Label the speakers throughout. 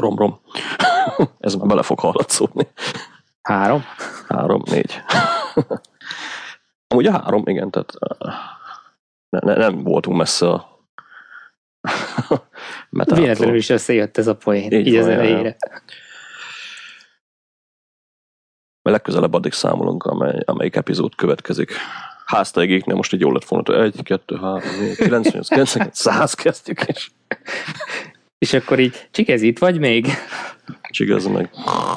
Speaker 1: Rom. Ez már bele fog hallatszódni.
Speaker 2: 3?
Speaker 1: 3, 4. Amúgy a 3, igen, tehát nem voltunk messze a metától.
Speaker 2: Véletlenül is összejött ez a poén, így az elejére.
Speaker 1: Legközelebb addig számolunk, amelyik epizód következik. Háztaigéknél most így jól lett volna, 1, 2, 3, 4, 98, 99, 100 kezdjük is.
Speaker 2: És akkor így, Csigez, itt vagy még?
Speaker 1: Csigez meg.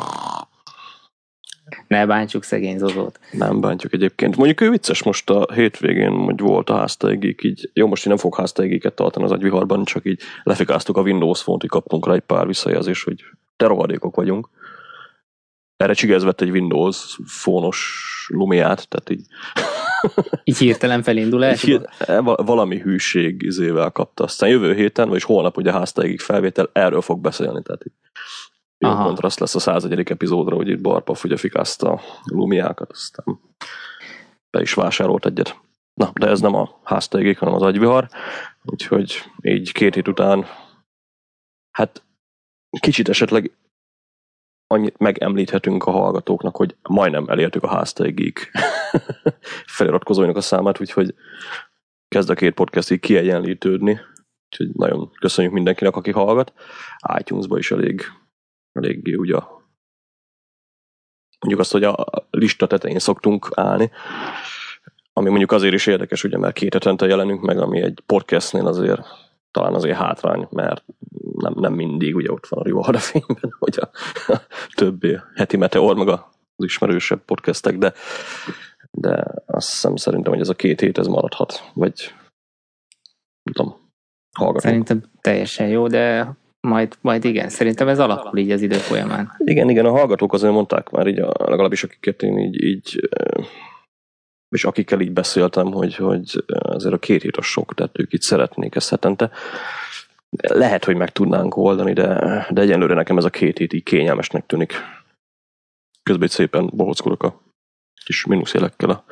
Speaker 2: Ne bántsuk szegény Zozót.
Speaker 1: Nem bántjuk egyébként. Mondjuk ő vicces most a hétvégén, hogy volt a háztaigék, így, jó, most így nem fog háztaigéket tartani az agyviharban, csak így lefikáztuk a Windows Phone-t, hogy kaptunk rá egy pár visszajelzést, hogy te rohadékok vagyunk. Erre Csigez vett egy Windows Phone-os Lumiát, tehát így...
Speaker 2: Így hirtelen felindulásba?
Speaker 1: Valami hűség izével kapta. Aztán jövő héten, vagyis holnap ugye háztaigék felvétel, erről fog beszélni, tehát így jó kontraszt lesz a 101. epizódra, hogy itt Barpaf ugye fikázta a Lumiákat, aztán be is vásárolt egyet. Na, de ez nem a háztaigék, hanem az agyvihar, úgyhogy így 2 hét után hát kicsit esetleg annyit megemlíthetünk a hallgatóknak, hogy majdnem elértük a háztaigék feliratkozóinak a számát, úgyhogy kezd a 2 podcast így kiegyenlítődni, úgyhogy nagyon köszönjük mindenkinek, aki hallgat. iTunes-ba is eléggé ugye mondjuk azt, hogy a lista tetején szoktunk állni, ami mondjuk azért is érdekes, ugye, mert 2 hetente jelenünk meg, ami egy podcastnél azért talán azért hátrány, mert nem mindig ugye ott van a Riva Hadafényben, hogy a többi heti meteor, meg az ismerősebb podcastek, de azt hiszem szerintem, hogy ez a 2 hét ez maradhat, vagy nem tudom, hallgatunk. Szerintem
Speaker 2: teljesen jó, de majd igen, szerintem ez alakul így az idő folyamán.
Speaker 1: Igen, a hallgatók azért mondták már így, legalábbis akiket én így és akikkel így beszéltem, hogy azért a 2 hét a sok, tehát ők itt szeretnék ezt hetente. Lehet, hogy meg tudnánk oldani, de egyenlőre nekem ez a 2 hét így kényelmesnek tűnik. Közben szépen bohockolok a kis mínuszjelekkel a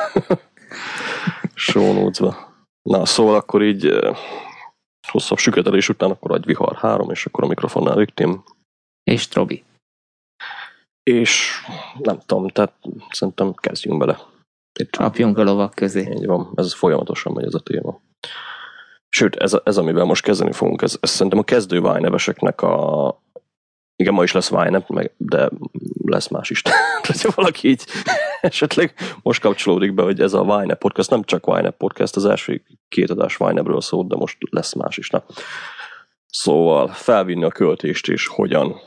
Speaker 1: show notes-ba. Na, szóval akkor így hosszabb süketelés után akkor agyvihar 3, és akkor a mikrofonnál Viktim.
Speaker 2: És Trobi.
Speaker 1: És nem tudom, tehát szerintem kezdjünk bele.
Speaker 2: Csapjunk a lovak közé.
Speaker 1: Így van, ez folyamatosan megy ez a téma. Sőt, ez amivel most kezdeni fogunk, ez szerintem a kezdő Vájneveseknek igen, ma is lesz Vájnep, de lesz más is. Tehát, ha valaki így esetleg most kapcsolódik be, hogy ez a Vájnep podcast, nem csak Vájnep podcast, az első 2 adás Vájnepről szólt, de most lesz más is. Na. Szóval felvinni a költést, és hogyan?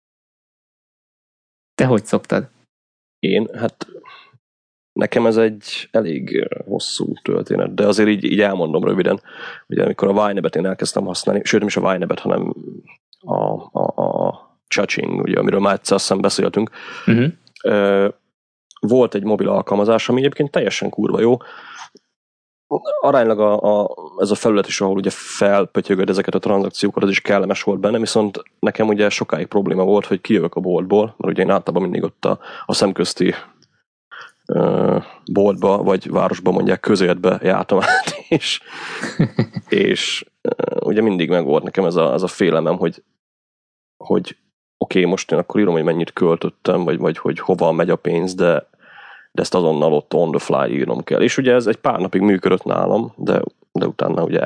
Speaker 2: Te hogy szoktad?
Speaker 1: Én? Hát nekem ez egy elég hosszú történet, de azért így elmondom röviden, ugye amikor a Vájnebet én elkezdtem használni, sőt nem is a Vájnebet, hanem a Cha-Ching, ugye, amiről már egyszer azt beszéltünk. Volt egy mobil alkalmazás, ami egyébként teljesen kurva jó. Aránylag ez a felület is, ahol ugye felpötyögöd ezeket a tranzakciókat, az is kellemes volt benne, viszont nekem ugye sokáig probléma volt, hogy kijövök a boltból, mert ugye én általában mindig ott a szemközti boltba, vagy városba mondják, közértbe jártam át, és ugye mindig megvolt nekem ez a félelmem, hogy oké, most én akkor írom, hogy mennyit költöttem, vagy hogy hova megy a pénz, de ezt azonnal ott on the fly írnom kell. És ugye ez egy pár napig működött nálam, de utána ugye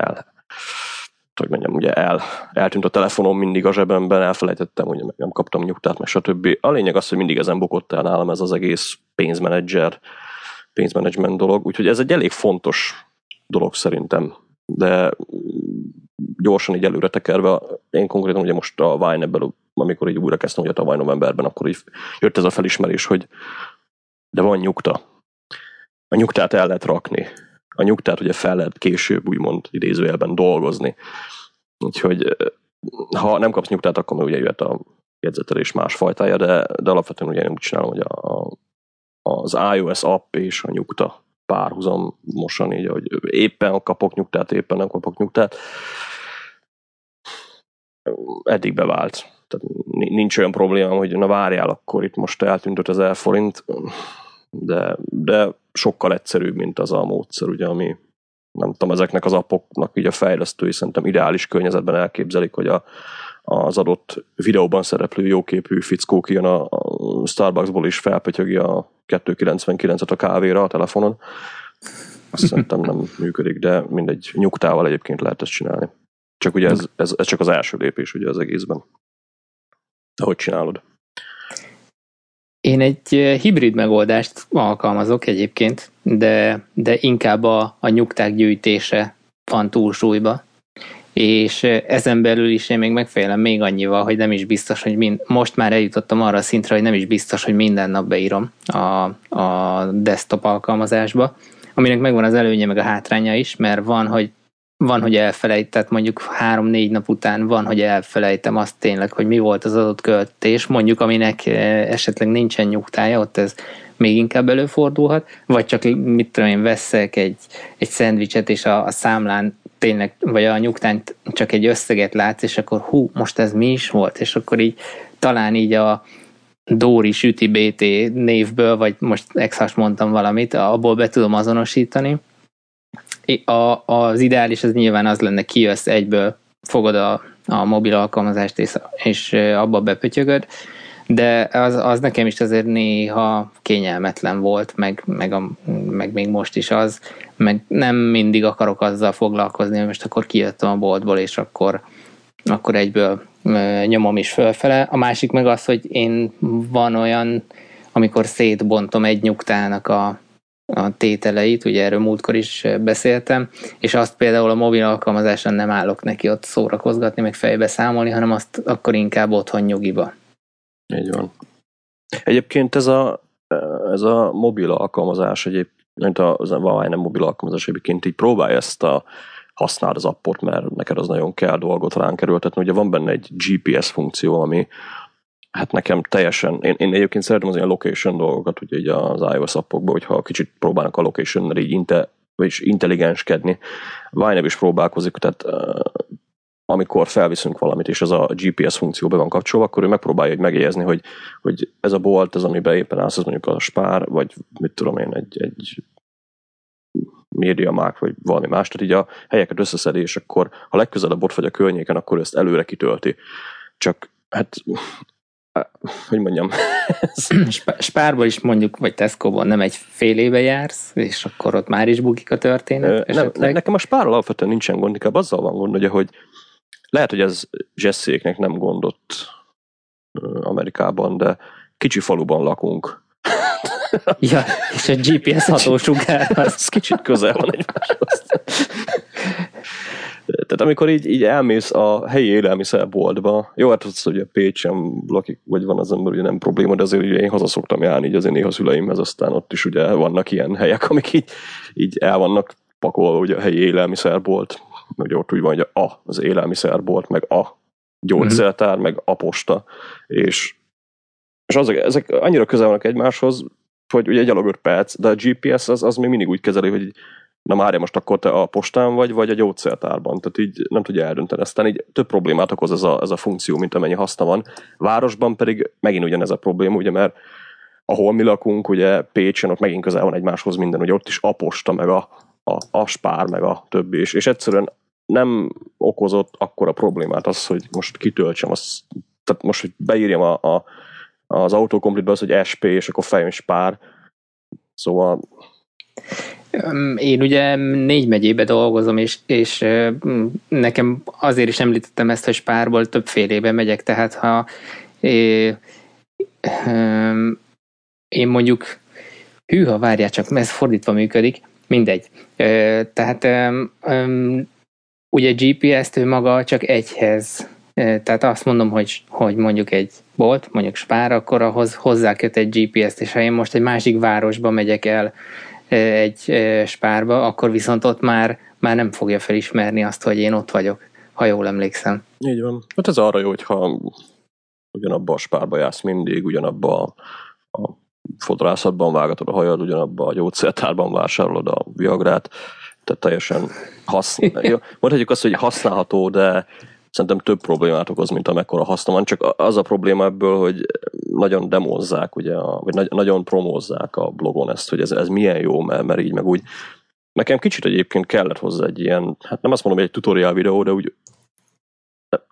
Speaker 1: eltűnt a telefonom mindig a zsebemben, elfelejtettem, hogy nem kaptam nyugtát, meg stb. A lényeg az, hogy mindig ezen bukott el nálam ez az egész pénzmenedzsment dolog, úgyhogy ez egy elég fontos dolog szerintem, de gyorsan így előre tekerve, én konkrétan ugye most a Vájnebből, amikor így újra kezdtem, ugye tavaly novemberben, akkor így jött ez a felismerés, hogy de van nyugta. A nyugtát el lehet rakni. A nyugtát ugye fel lehet később, úgymond idézőjelben dolgozni. Úgyhogy ha nem kapsz nyugtát, akkor ugye jöhet a jegyzetelés más fajtája, de alapvetően ugye én úgy csinálom, hogy az iOS app és a nyugta párhuzamosan, így, hogy éppen kapok nyugtát, éppen nem kapok nyugtát. Eddig bevált. Tehát nincs olyan probléma, hogy na várjál, akkor itt most eltűnt 5000 forint, de sokkal egyszerűbb, mint az a módszer, ugye, ami nem tudom, ezeknek az appoknak így a fejlesztői szerintem ideális környezetben elképzelik, hogy a az adott videóban szereplő jóképű fickó kijön a Starbucksból és felpötyögi a 2,99-et a kávéra a telefonon. Azt szerintem nem működik, de mindegy, nyugtával egyébként lehet ezt csinálni. Csak ugye ez csak az első lépés ugye az egészben. De hogy csinálod?
Speaker 2: Én egy hibrid megoldást alkalmazok egyébként, de inkább a nyugták gyűjtése van túlsúlyba. És ezen belül is én még megfejlem még annyival, hogy nem is biztos, hogy most már eljutottam arra a szintre, hogy nem is biztos, hogy minden nap beírom a desktop alkalmazásba, aminek megvan az előnye meg a hátránya is, mert van, hogy elfelejt, tehát mondjuk 3-4 nap után van, hogy elfelejtem azt tényleg, hogy mi volt az adott költés, mondjuk aminek esetleg nincsen nyugtája, ott ez még inkább előfordulhat, vagy csak mit tudom én, veszek egy szendvicset, és a számlán tényleg, vagy a nyugtán csak egy összeget látsz, és akkor most ez mi is volt, és akkor így talán így a Dóri Süti BT névből, vagy most exhas mondtam valamit, abból be tudom azonosítani. Az ideális az nyilván az lenne, kijössz egyből, fogod a mobil alkalmazást, és abba bepötyögöd, de az nekem is azért néha kényelmetlen volt, meg még most is az, meg nem mindig akarok azzal foglalkozni, hogy most akkor kijöttem a boltból, és akkor egyből nyomom is fölfele. A másik meg az, hogy én van olyan, amikor szétbontom egy nyugtának a tételeit, ugye erről múltkor is beszéltem, és azt például a mobil alkalmazáson nem állok neki ott szórakozgatni, meg fejbe számolni, hanem azt akkor inkább otthon nyugiba.
Speaker 1: Így van. Egyébként ez a mobil alkalmazás egyébként, nem mobil alkalmazás egyébként így próbálj ezt használd az appot, mert neked az nagyon kell dolgot ránk erőltetni. Ugye van benne egy GPS funkció, ami hát nekem teljesen, én egyébként szeretem az ilyen location dolgokat, ugye így az iOS appokban, hogyha kicsit próbálnak a location-nel így intelligenskedni. Vinev is próbálkozik, tehát amikor felviszünk valamit, és ez a GPS funkció be van kapcsolva, akkor ő megpróbálja hogy megjegyezni, hogy ez a bolt, ez amiben éppen állsz, az mondjuk a Spár, vagy mit tudom én, egy MediaMarkt, vagy valami más, tehát így a helyeket összeszedi, és akkor ha legközelebb ott vagy a környéken, akkor ezt előre kitölti. Csak hát hogy mondjam.
Speaker 2: Spárból is mondjuk, vagy Tesco-ban nem egy fél éve jársz, és akkor ott már is bukik a történet?
Speaker 1: Nekem a Spárral alapvetően nincsen gond, inkább azzal van gond, ugye, hogy lehet, hogy ez Jesse-éknek nem gondott Amerikában, de kicsi faluban lakunk.
Speaker 2: Ja, és a GPS hatósugár az
Speaker 1: kicsit közel van egymáshoz. Tehát amikor így elmész a helyi élelmiszerboltba, jó, hát az, hogy a Pécsen lakik, vagy van az ember, ugye nem probléma, de azért ugye én haza szoktam járni így azért néha szüleimhez, aztán ott is ugye vannak ilyen helyek, amik így el vannak pakolva ugye a helyi élelmiszerbolt, ugye ott úgy van, hogy az élelmiszerbolt, meg a gyógyszertár, meg a posta, és ezek annyira közel vannak egymáshoz, hogy ugye gyalog 5 perc, de a GPS az még mindig úgy kezeli, hogy na Mária, most akkor te a postán vagy a gyógyszertárban, tehát így nem tudja eldönteni. Aztán így több problémát okoz ez a funkció, mint amennyi haszna van. Városban pedig megint ugyanez a probléma, ugye, mert ahol mi lakunk, ugye Pécsen, ott megint közel van egymáshoz minden, ugye ott is a posta, meg a Spár, meg a többi, és egyszerűen nem okozott akkora problémát az, hogy most kitöltsem, tehát most, hogy beírjam az autocomplete-be az, hogy SP, és akkor feljön Spár. Szóval
Speaker 2: én ugye 4 megyébe dolgozom, és nekem azért is említettem ezt, hogy Spárból többfélébe megyek, tehát ha én mondjuk várjál csak, ez fordítva működik, mindegy. Tehát ugye GPS-t ő maga csak egyhez, tehát azt mondom, hogy mondjuk egy bolt, mondjuk Spár, akkor ahhoz hozzáköt egy GPS-t, és ha én most egy másik városba megyek el egy Spárba, akkor viszont ott már nem fogja felismerni azt, hogy én ott vagyok, ha jól emlékszem.
Speaker 1: Így van. Hát ez arra jó, hogyha ugyanabba a Spárba jársz mindig, ugyanabba a fodrászatban vágatod a hajad, ugyanabba a gyógyszertárban vásárolod a Viagrát, tehát teljesen mondhatjuk azt, hogy használható, de szerintem több problémát okoz, mint amekkora haszna van, csak az a probléma ebből, hogy nagyon demózzák, ugye, vagy nagyon promózzák a blogon ezt, hogy ez milyen jó, mert így meg úgy. Nekem kicsit egyébként kellett hozzá egy ilyen, hát nem azt mondom, hogy egy tutorial videó, de úgy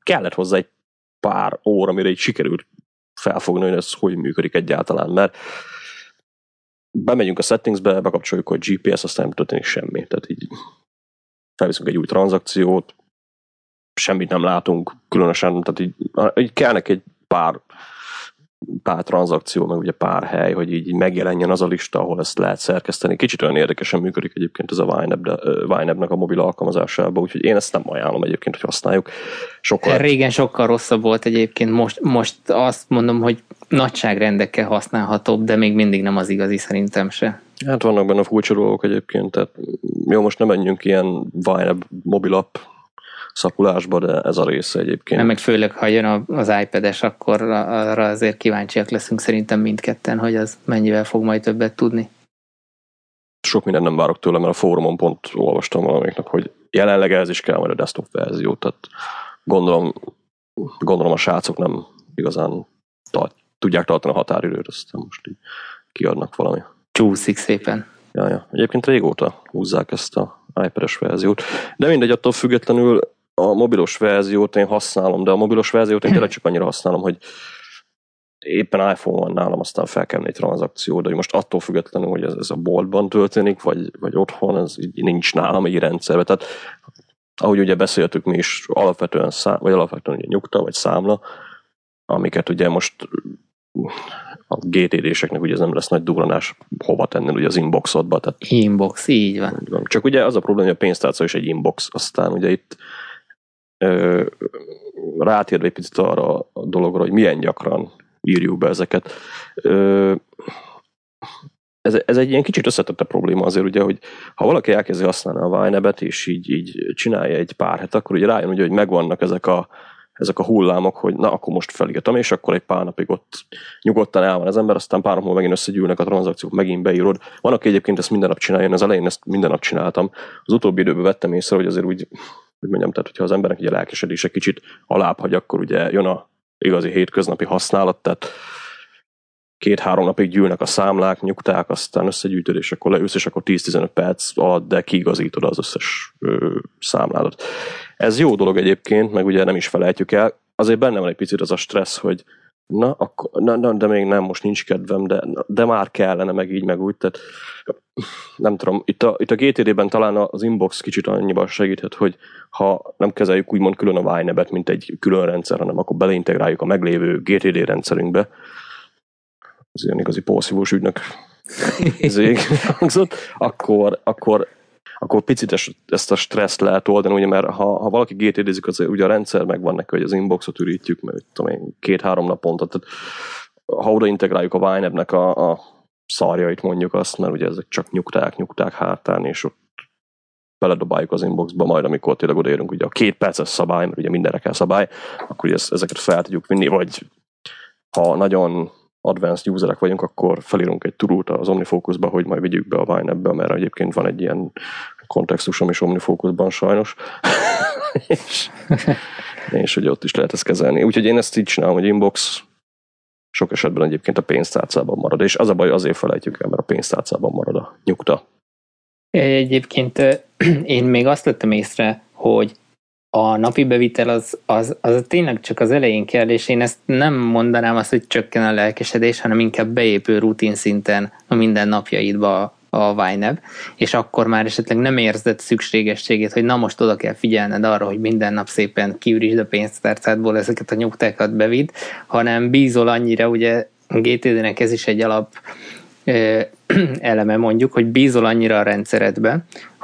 Speaker 1: kellett hozzá egy pár óra, amire így sikerült felfogni, hogy ez hogy működik egyáltalán, mert bemegyünk a settingsbe, bekapcsoljuk, hogy GPS, aztán nem történik semmi. Tehát így felviszünk egy új tranzakciót, semmit nem látunk, különösen, tehát így kellnek egy pár tranzakció, meg ugye pár hely, hogy így megjelenjen az a lista, ahol ezt lehet szerkeszteni. Kicsit olyan érdekesen működik egyébként ez a YNAB-nek a mobil alkalmazásában, úgyhogy én ezt nem ajánlom egyébként, hogy használjuk.
Speaker 2: Régen sokkal rosszabb volt egyébként, most azt mondom, hogy nagyságrendekkel használhatóbb, de még mindig nem az igazi, szerintem se.
Speaker 1: Hát vannak benne furcsa dolgok egyébként, tehát jó, most nem menjünk ilyen YNAB mobil app szapulásba, de ez a része egyébként.
Speaker 2: Nem, meg főleg, ha jön az iPad-es, akkor arra azért kíváncsiak leszünk szerintem mindketten, hogy az mennyivel fog majd többet tudni.
Speaker 1: Sok mindent nem várok tőle, mert a fórumon pont olvastam valamiknek, hogy jelenleg ez is kell majd a desktop verzió, tehát gondolom a srácok nem igazán tudják tartani a határidőt, aztán most így kiadnak valami.
Speaker 2: Csúszik szépen.
Speaker 1: Ja. Egyébként régóta húzzák ezt a iPad-es verziót. De mindegy, attól függetlenül a mobilos verziót én használom, de a mobilos verziót én tényleg csak annyira használom, hogy éppen iPhone van nálam, aztán fel kell egy tranzakció, de most attól függetlenül, hogy ez a boltban történik, vagy otthon, ez így nincs nálam egy rendszerben. Tehát ahogy ugye beszéltük mi is, alapvetően ugye nyugta, vagy számla, amiket ugye most a GTD-seknek ugye ez nem lesz nagy durranás hova tenni ugye az inboxodba. Tehát
Speaker 2: inbox, így van.
Speaker 1: Csak ugye az a probléma, hogy a pénztárca is egy inbox, aztán ugye itt rátérve egy picit arra a dologra, hogy milyen gyakran írjuk be ezeket. Ez egy ilyen kicsit összetette probléma azért, ugye, hogy ha valaki elkezdi használni a YNAB-et, és így csinálja egy pár het, akkor ugye rájön, ugye, hogy megvannak ezek a hullámok, hogy na, akkor most felírtam, és akkor egy pár napig ott nyugodtan el van az ember, aztán pár nap múlva megint összegyűlnek a tranzakciók, megint beírod. Van, aki egyébként ezt minden nap csinálja, én az elején ezt minden nap csináltam. Az utóbbi időben vettem észre, hogy azért úgy mondjam, tehát hogyha az embernek ugye lelkesedése kicsit alább hagy, akkor ugye jön a igazi hétköznapi használat, tehát 2-3 napig gyűlnek a számlák, nyugták, aztán összegyűjtöd, és akkor leülsz, és akkor 10-15 perc alatt, de kiigazítod az összes számládat. Ez jó dolog egyébként, meg ugye nem is felejtjük el. Azért benne van egy picit az a stressz, hogy de még nem, most nincs kedvem, de már kellene, meg így, meg úgy. Tehát nem tudom, itt a GTD-ben talán az inbox kicsit annyiban segíthet, hogy ha nem kezeljük úgymond külön a YNAB-et, mint egy külön rendszer, hanem akkor beleintegráljuk a meglévő GTD rendszerünkbe. Ez ilyen igazi porszívós ügynök akkor picit ezt a stresszt lehet oldani, ugye, mert ha valaki GTD-zik, az ugye a rendszer megvan neki, hogy az inboxot ürítjük, mert tudom én, 2-3 naponta, tehát ha oda integráljuk a YNAB-nek a szarjait, mondjuk azt, mert ugye ezek csak nyugták hátán, és ott beledobáljuk az inboxba, majd amikor tényleg odaérünk ugye a 2 perces szabály, mert ugye mindenre kell szabály, akkor ugye ezeket fel tudjuk vinni, vagy ha nagyon advanced userek vagyunk, akkor felírunk egy turút az OmniFocusba, hogy majd vigyük be a YNAB-be, mert egyébként van egy ilyen kontextusom is OmniFocusban sajnos. és ugye ott is lehet ezt kezelni. Úgyhogy én ezt így csinálom, hogy inbox sok esetben egyébként a pénztárcában marad, és az a baj, azért felejtjük el, mert a pénztárcában marad a nyugta.
Speaker 2: Egyébként én még azt vettem észre, hogy a napi bevitel az tényleg csak az elején kell, és én ezt nem mondanám azt, hogy csökken a lelkesedés, hanem inkább beépül rutin szinten a mindennapjaidba a YNAB, és akkor már esetleg nem érzed szükségességét, hogy na most oda kell figyelned arra, hogy minden nap szépen kiürítsd a pénztárcádból ezeket a nyugtákat bevidd, hanem bízol annyira, ugye a GTD-nek ez is egy alap eleme mondjuk, hogy bízol annyira a rendszeredbe,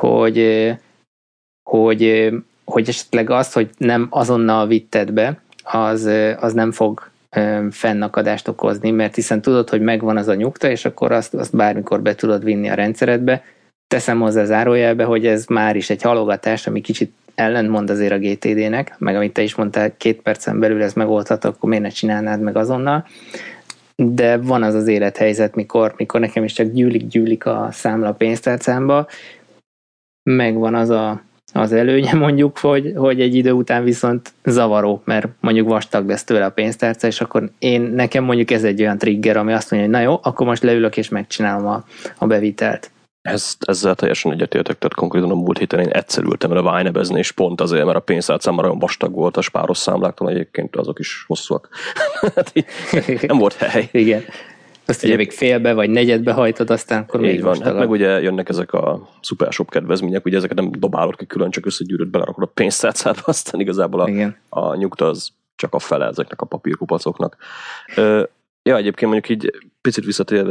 Speaker 2: hogy esetleg az, hogy nem azonnal vitted be, az nem fog fennakadást okozni, mert hiszen tudod, hogy megvan az a nyugta, és akkor azt bármikor be tudod vinni a rendszeredbe. Teszem hozzá zárójelbe, hogy ez már is egy halogatás, ami kicsit ellentmond azért a GTD-nek, meg amit te is mondtál, 2 percen belül ez megoldható, akkor miért ne csinálnád meg azonnal. De van az az élethelyzet, mikor nekem is csak gyűlik a számla a pénztárcámba, megvan az előnye mondjuk, hogy egy idő után viszont zavaró, mert mondjuk vastag lesz tőle a pénztárca, és akkor nekem mondjuk ez egy olyan trigger, ami azt mondja, hogy na jó, akkor most leülök és megcsinálom a bevitelt.
Speaker 1: Ezzel teljesen egyetértek, tehát konkrétan a múlt héten én egyszer ültem el a Vinebezni, és pont azért, mert a pénztárcám olyan vastag volt, a spáros számlákton egyébként azok is hosszúak. Nem volt hely.
Speaker 2: Igen. Azt ugye még félbe vagy negyedbe hajtod, aztán akkor még
Speaker 1: van. Hát meg ugye jönnek ezek a szupershop kedvezmények, ugye ezeket nem dobálod ki külön, csak összegyűröd, belerakod a pénztárcádba, aztán igazából a nyugta az csak a fele ezeknek a papírkupacoknak. Ja, egyébként mondjuk így picit visszatérve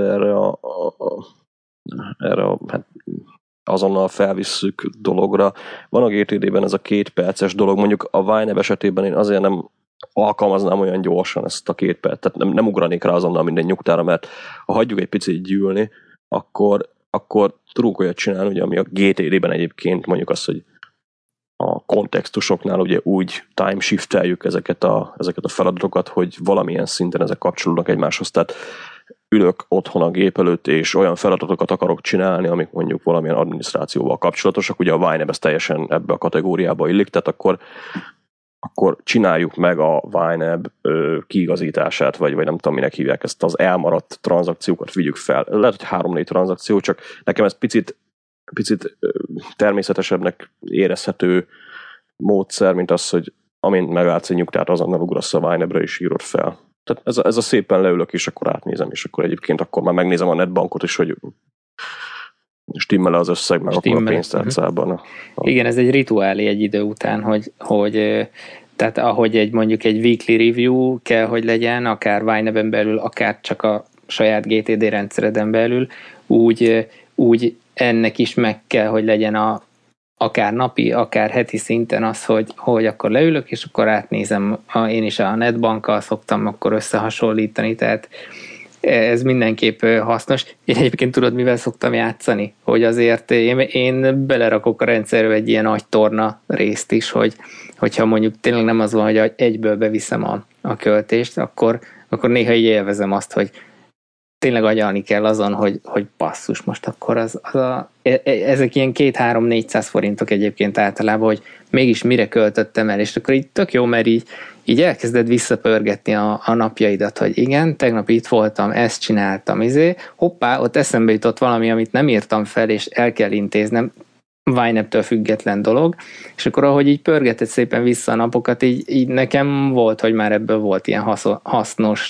Speaker 1: erre hát azonnal felvisszük dologra. Van a GTD-ben ez a 2 perces dolog, mondjuk a Vineb esetében én azért nem alkalmaznám olyan gyorsan ezt a 2 percet, tehát nem ugranék rá azonnal minden nyugtára, mert ha hagyjuk egy picit gyűlni, akkor tudunk olyat csinálni, ugye, ami a GTD-ben egyébként mondjuk azt, hogy a kontextusoknál ugye úgy time shifteljük ezeket a feladatokat, hogy valamilyen szinten ezek kapcsolódnak egymáshoz, tehát ülök otthon a gép előtt, és olyan feladatokat akarok csinálni, amik mondjuk valamilyen adminisztrációval kapcsolatosak, ugye a Vineb ez teljesen ebbe a kategóriába illik, tehát akkor csináljuk meg a Vineb kiigazítását, vagy nem tudom, minek hívják ezt, az elmaradt tranzakciókat vigyük fel. Lehet, hogy 3-4 tranzakció, csak nekem ez picit természetesebbnek érezhető módszer, mint az, hogy amint megállsz egy nyugtát, azonnal ugrasz a Vinebre és írod fel. Tehát ez a szépen leülök, és akkor átnézem, és akkor egyébként akkor már megnézem a netbankot is, hogy stimmel az összeg, meg akkor a pénztárcában.
Speaker 2: Igen, ez egy rituálé egy idő után, hogy tehát ahogy mondjuk egy weekly review kell, hogy legyen, akár Vineben belül, akár csak a saját GTD rendszereden belül, úgy ennek is meg kell, hogy legyen akár napi, akár heti szinten az, hogy akkor leülök, és akkor átnézem, én is a netbankkal szoktam akkor összehasonlítani, tehát ez mindenképp hasznos. Én egyébként tudod, mivel szoktam játszani? Hogy azért én belerakok a rendszerbe egy ilyen agytorna részt is, hogyha mondjuk tényleg nem az van, hogy egyből beviszem a költést, akkor néha így élvezem azt, hogy tényleg agyalni kell azon, hogy basszus, most akkor ezek ilyen 200-300-400 forintok egyébként általában, hogy mégis mire költöttem el, és akkor így tök jó, mert így elkezded visszapörgetni a napjaidat, hogy igen, tegnap itt voltam, ezt csináltam, hoppá, ott eszembe jutott valami, amit nem írtam fel, és el kell intéznem, Vineb-től független dolog, és akkor ahogy így pörgeted szépen vissza a napokat, így nekem volt, hogy már ebből volt ilyen hasznos,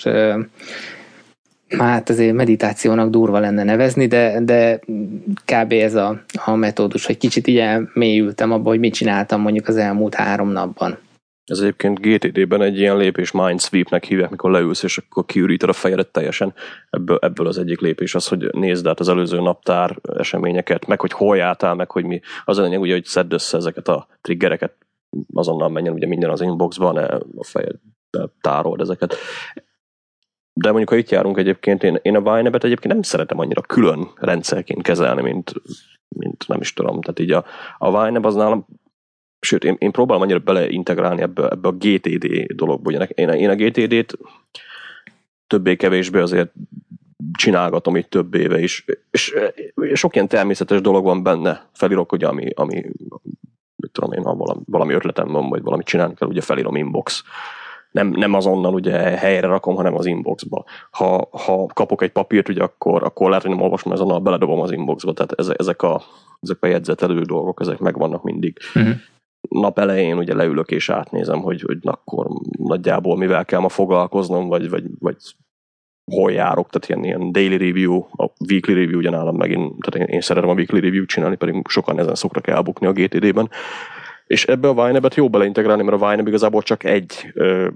Speaker 2: hát azért meditációnak durva lenne nevezni, de kb. Ez a metódus, hogy kicsit így elmélyültem abba, hogy mit csináltam mondjuk az elmúlt 3 napban.
Speaker 1: Ez egyébként GTD-ben egy ilyen lépés Mindsweep-nek hívják, mikor leülsz, és akkor kiüríted a fejedet teljesen. Ebből az egyik lépés az, hogy nézd át az előző naptár eseményeket, meg hogy hol jártál, meg hogy mi. Az a lényeg, ugye, hogy szedd össze ezeket a triggereket, azonnal menjen ugye minden az inboxban, a fejedbe tárold ezeket. De mondjuk, ha itt járunk egyébként, én a Vinebet egyébként nem szeretem annyira külön rendszerként kezelni, mint nem is tudom. Tehát így a Vineb az nálam, sőt, én próbálom annyira beleintegrálni ebbe a GTD dologba. Ugye én a GTD-t többé-kevésbé azért csinálgatom itt több éve is, és sok ilyen természetes dolog van benne. Felírok, ugye, ami mit tudom én, ha valami ötletem van, vagy valamit csinálni kell, ugye felírom inbox. Nem azonnal ugye helyre rakom, hanem az inboxba. Ha kapok egy papírt, ugye akkor lehet, hogy nem olvasom, azonnal beledobom az inboxba. Tehát ezek a jegyzetelő dolgok, ezek megvannak mindig. Uh-huh. Nap elején ugye leülök és átnézem, hogy akkor nagyjából mivel kell ma foglalkoznom, vagy hol járok, tehát ilyen daily review, a weekly review ugyanállom megint, tehát én szeretem a weekly review csinálni, pedig sokan ezen szoktak elbukni a GTD-ben. És ebbe a Vinebet jó beleintegrálni, mert a Vineb igazából csak egy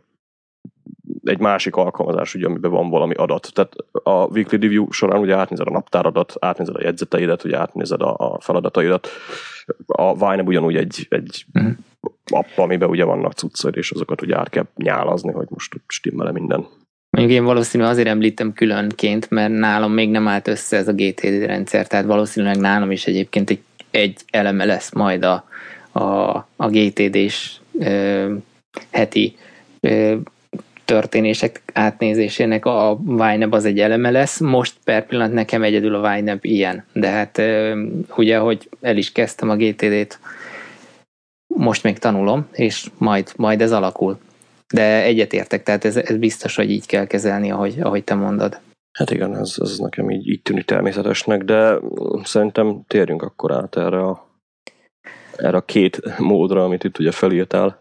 Speaker 1: másik alkalmazás, ugye, amiben van valami adat. Tehát a weekly review során ugye átnézed a naptáradat, átnézed a jegyzeteidet, ugye átnézed a feladataidat. A Vineb ugyanúgy egy app, amiben ugye vannak cuccaid, és azokat ugye át kell nyálazni, hogy most stimmel-e minden.
Speaker 2: Mondjuk én valószínűleg azért említem különként, mert nálam még nem állt össze ez a GTD rendszer, tehát valószínűleg nálam is egyébként egy eleme lesz majd a GTD-s heti történések átnézésének. A Vineb az egy eleme lesz. Most per pillanat nekem egyedül a Vineb ilyen. De hát ugye, hogy el is kezdtem a GTD-t, most még tanulom, és majd ez alakul. De egyetértek, tehát ez biztos, hogy így kell kezelni, ahogy te mondod.
Speaker 1: Hát igen, ez nekem így tűnik természetesnek, de szerintem térjünk akkor át erre a két módra, amit itt ugye felírtál.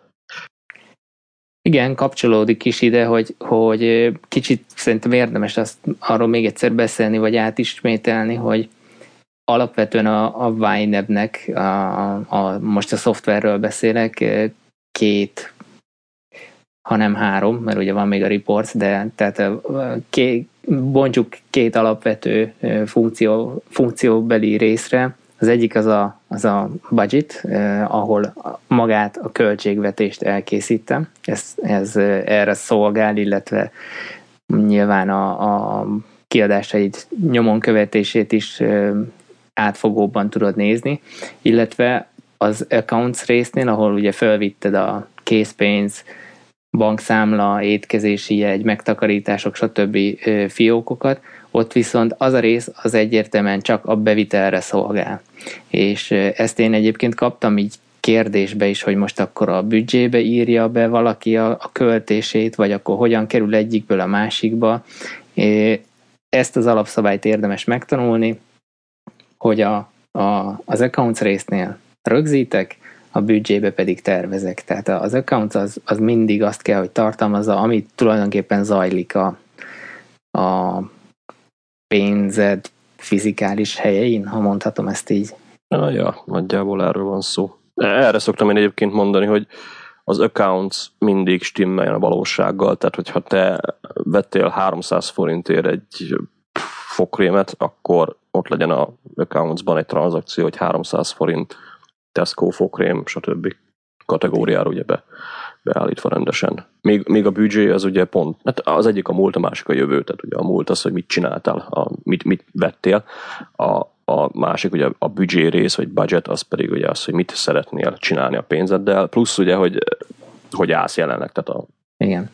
Speaker 2: Igen, kapcsolódik is ide, hogy kicsit szerintem érdemes arról még egyszer beszélni, vagy átismételni, hogy alapvetően a YNAB-nek, most a szoftverről beszélek, két, hanem három, mert ugye van még a reports, de tehát bontsuk két alapvető funkcióbeli részre. Az egyik az a budget, ahol magát a költségvetést elkészítem. Ez erre szolgál, illetve nyilván a kiadásaid nyomon követését is átfogóbban tudod nézni, illetve az accounts résznél, ahol ugye felvitted a készpénz, bankszámla, étkezési jegy, megtakarítások, stb. Fiókokat, ott viszont az a rész az egyértelműen csak a bevitelre szolgál. És ezt én egyébként kaptam így kérdésbe is, hogy most akkor a büdzsébe írja be valaki a költését, vagy akkor hogyan kerül egyikből a másikba. Ezt az alapszabályt érdemes megtanulni, hogy az accounts résznél rögzítek, a büdzsébe pedig tervezek. Tehát az account az mindig azt kell, hogy tartalmazza, amit tulajdonképpen zajlik a pénzed fizikális helyein, ha mondhatom ezt így.
Speaker 1: Ja, nagyjából erről van szó. Erre szoktam én egyébként mondani, hogy az accounts mindig stimmeljen a valósággal, tehát hogyha te vettél 300 forintért egy fogkrémet, akkor ott legyen a accountsban egy tranzakció, hogy 300 forint Tesco fogkrém, stb. Kategóriára ugye beállítva rendesen. Még a büdzsé az ugye pont, hát az egyik a múlt, a másik a jövő, tehát ugye a múlt az, hogy mit csináltál, mit vettél, a másik ugye a büdzsé rész, vagy budget, az pedig ugye az, hogy mit szeretnél csinálni a pénzeddel, plusz ugye, hogy állsz jelenleg. Tehát
Speaker 2: Igen.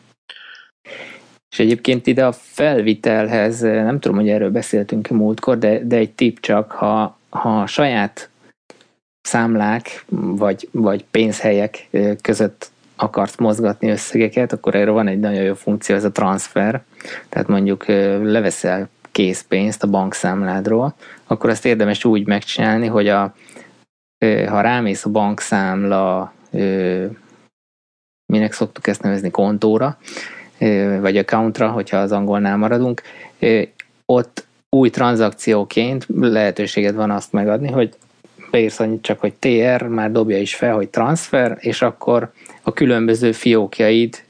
Speaker 2: És egyébként ide a felvitelhez, nem tudom, hogy erről beszéltünk múltkor, de egy tipp csak, ha a saját számlák vagy pénzhelyek között akarsz mozgatni összegeket, akkor erre van egy nagyon jó funkció, ez a transfer. Tehát mondjuk leveszel készpénzt a bankszámládról, akkor azt érdemes úgy megcsinálni, hogy ha rámész a bankszámla, minek szoktuk ezt nevezni, kontóra, vagy accountra, hogyha az angolnál maradunk, ott új tranzakcióként lehetőséged van azt megadni, hogy beírsz annyit csak, hogy TR, már dobja is fel, hogy transfer, és akkor a különböző fiókjaid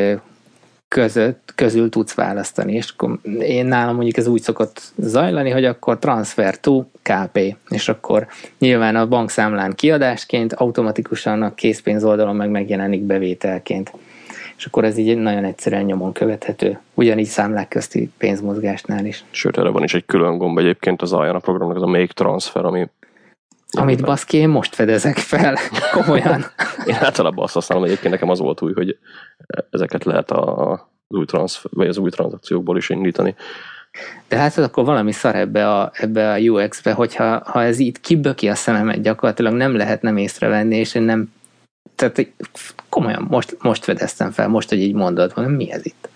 Speaker 2: közül tudsz választani. És akkor én nálam mondjuk ez úgy szokott zajlani, hogy akkor transfer to KP, és akkor nyilván a bankszámlán kiadásként, automatikusan a készpénz oldalon megjelenik bevételként. És akkor ez így nagyon egyszerűen nyomon követhető. Ugyanígy számlák közti pénzmozgásnál is.
Speaker 1: Sőt, erre van is egy külön gomb egyébként az alján a programnak, az a Make Transfer,
Speaker 2: amit baszki, én most fedezek fel, komolyan.
Speaker 1: Én általában azt használom, egyébként nekem az volt új, hogy ezeket lehet az új tranzakciókból is indítani.
Speaker 2: De hát akkor valami szar ebbe a UX-be, hogyha ez így kiböki a szememet, gyakorlatilag nem lehet nem észrevenni, és én nem, tehát komolyan most fedeztem fel, most, hogy így mondod, mondom, mi ez itt?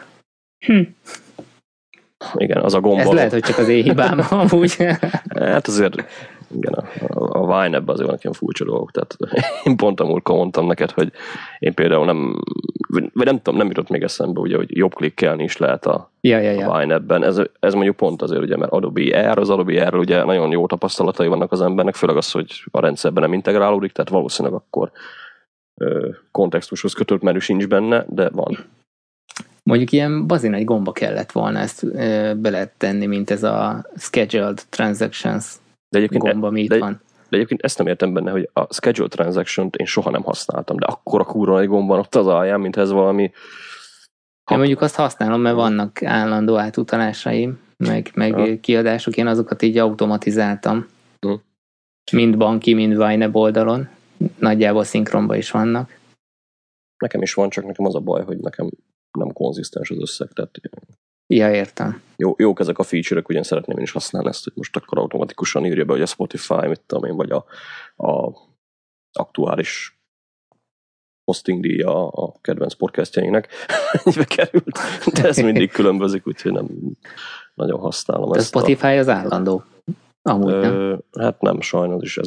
Speaker 1: Igen, az a gomb.
Speaker 2: Ez lehet, hogy csak az én hibám amúgy.
Speaker 1: Hát azért igen, a Wine-ebben azért vannak ilyen furcsa dolgok, tehát én pont amúltkor mondtam neked, hogy én például nem tudom, nem jutott még eszembe, ugye, hogy jobb klikkelni is lehet a Wine-ebben. Ez mondjuk pont azért, ugye, mert az Adobe R-ről ugye nagyon jó tapasztalatai vannak az embernek, főleg az, hogy a rendszerben nem integrálódik, tehát valószínűleg akkor kontextushoz kötött menü sincs benne, de van.
Speaker 2: Mondjuk ilyen bazin egy gomba kellett volna ezt bele tenni, mint ez a Scheduled Transactions gomba, mi itt van.
Speaker 1: De egyébként ezt nem értem benne, hogy a Scheduled Transaction-t én soha nem használtam, de akkor a kurva egy gomb van ott az alján, mint ez valami...
Speaker 2: Én mondjuk azt használom, mert vannak állandó átutalásaim, meg kiadások, én azokat így automatizáltam. Mind banki, mind YNAB oldalon. Nagyjából szinkronban is vannak.
Speaker 1: Nekem is van, csak nekem az a baj, hogy nekem nem konzisztens az összeg, tehát...
Speaker 2: Ja, értem.
Speaker 1: Jók ezek a feature-ök, ugyan szeretném én is használni ezt, hogy most akkor automatikusan írja be, hogy a Spotify, mit tudom én, vagy a aktuális hosting díja a kedvenc podcastjainknek, ennyibe került, de ez mindig különbözik, úgyhogy nem nagyon használom
Speaker 2: ezt. A Spotify az állandó. Amúgy nem?
Speaker 1: Hát nem, sajnos is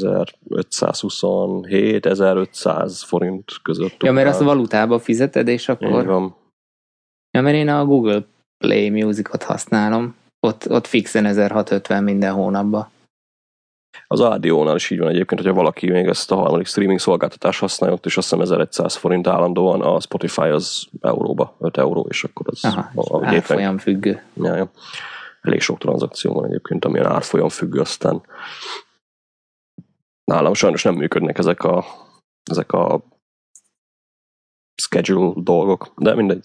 Speaker 1: 1527-1500 forint között.
Speaker 2: Ja, mert azt valutába fizeted, és akkor...
Speaker 1: Így van.
Speaker 2: Ja, mert én a Google Play Musicot használom. Ott fixen 1650 minden hónapban.
Speaker 1: Az Audio-nál is így van egyébként, hogyha valaki még ezt a harmadik streaming szolgáltatást használja, ott is azt hiszem 1100 forint állandóan, a Spotify az euróba, 5 euró, és akkor az...
Speaker 2: árfolyam függő.
Speaker 1: Ja. Elég sok tranzakció van egyébként, amilyen árfolyam függő, aztán nálam sajnos nem működnek ezek a schedule dolgok, de mindegy.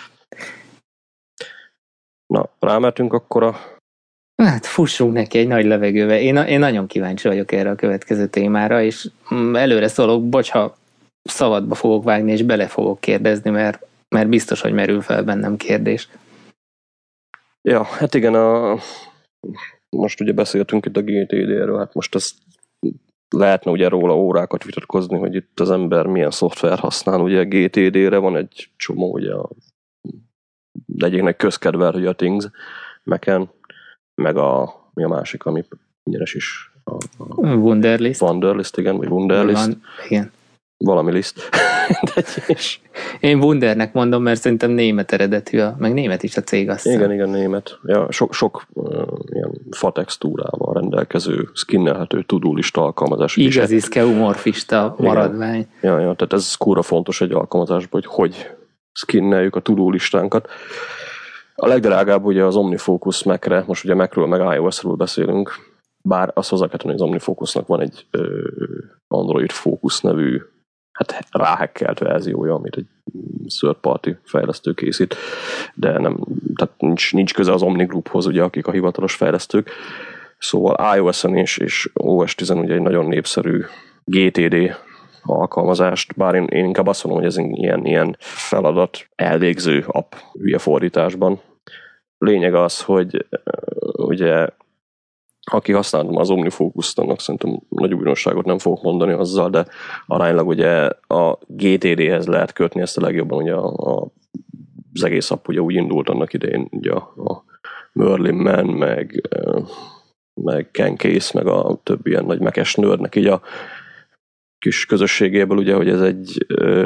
Speaker 1: Na, rámertünk akkor
Speaker 2: Hát fussunk neki egy nagy levegőbe. Én nagyon kíváncsi vagyok erre a következő témára, és előre szólok, bocs, ha szabadba fogok vágni, és bele fogok kérdezni, mert biztos, hogy merül fel bennem kérdés.
Speaker 1: Ja, hát igen, most ugye beszéltünk itt a GTD-ről, hát most ezt lehetne ugye róla órákat vitatkozni, hogy itt az ember milyen szoftver használ, ugye GTD-re van egy csomó, ugye egyiknek közkedvel, hogy a Things, Mac-en, meg mi a másik, ami ingyenes is.
Speaker 2: Wunderlist.
Speaker 1: Wunderlist, igen, vagy Wunderlist.
Speaker 2: Igen.
Speaker 1: Valami list.
Speaker 2: Én Wundernek mondom, mert szerintem német eredetű, meg német is a cég, azt hiszem.
Speaker 1: Igen, német. Ja, sok ilyen fatextúrával rendelkező, skinnelhető to-do lista alkalmazás.
Speaker 2: Igazi skeumorfista maradvány.
Speaker 1: Ja, tehát ez kurva fontos egy alkalmazásban, hogy skinneljük a to-do listánkat. A legdrágább ugye az OmniFocus Mac-re, most ugye Mac-ről meg iOS-ről beszélünk, bár azt hozzá kell tenni, hogy az OmniFocusnak van egy Android Focus nevű, hát ráhekkelt verziója, amit egy third party fejlesztő készít, de nem, tehát nincs köze az Omni Grouphoz, ugye, akik a hivatalos fejlesztők. Szóval iOS-en és OS 10 ugye egy nagyon népszerű GTD alkalmazást, bár én inkább azt mondom, hogy ez ilyen feladat elvégző app hülye fordításban. Lényeg az, hogy ugye aki használom az OmniFocus-t, annak szerintem nagy újdonságot nem fogok mondani azzal, de aránylag ugye a GTD-hez lehet kötni ezt a legjobban, ugye az egész app ugye úgy indult annak idején, ugye a Merlin Man, meg Ken Case, meg a többi ilyen nagy Mac-es nerdnek így a kis közösségéből, ugye, hogy ez egy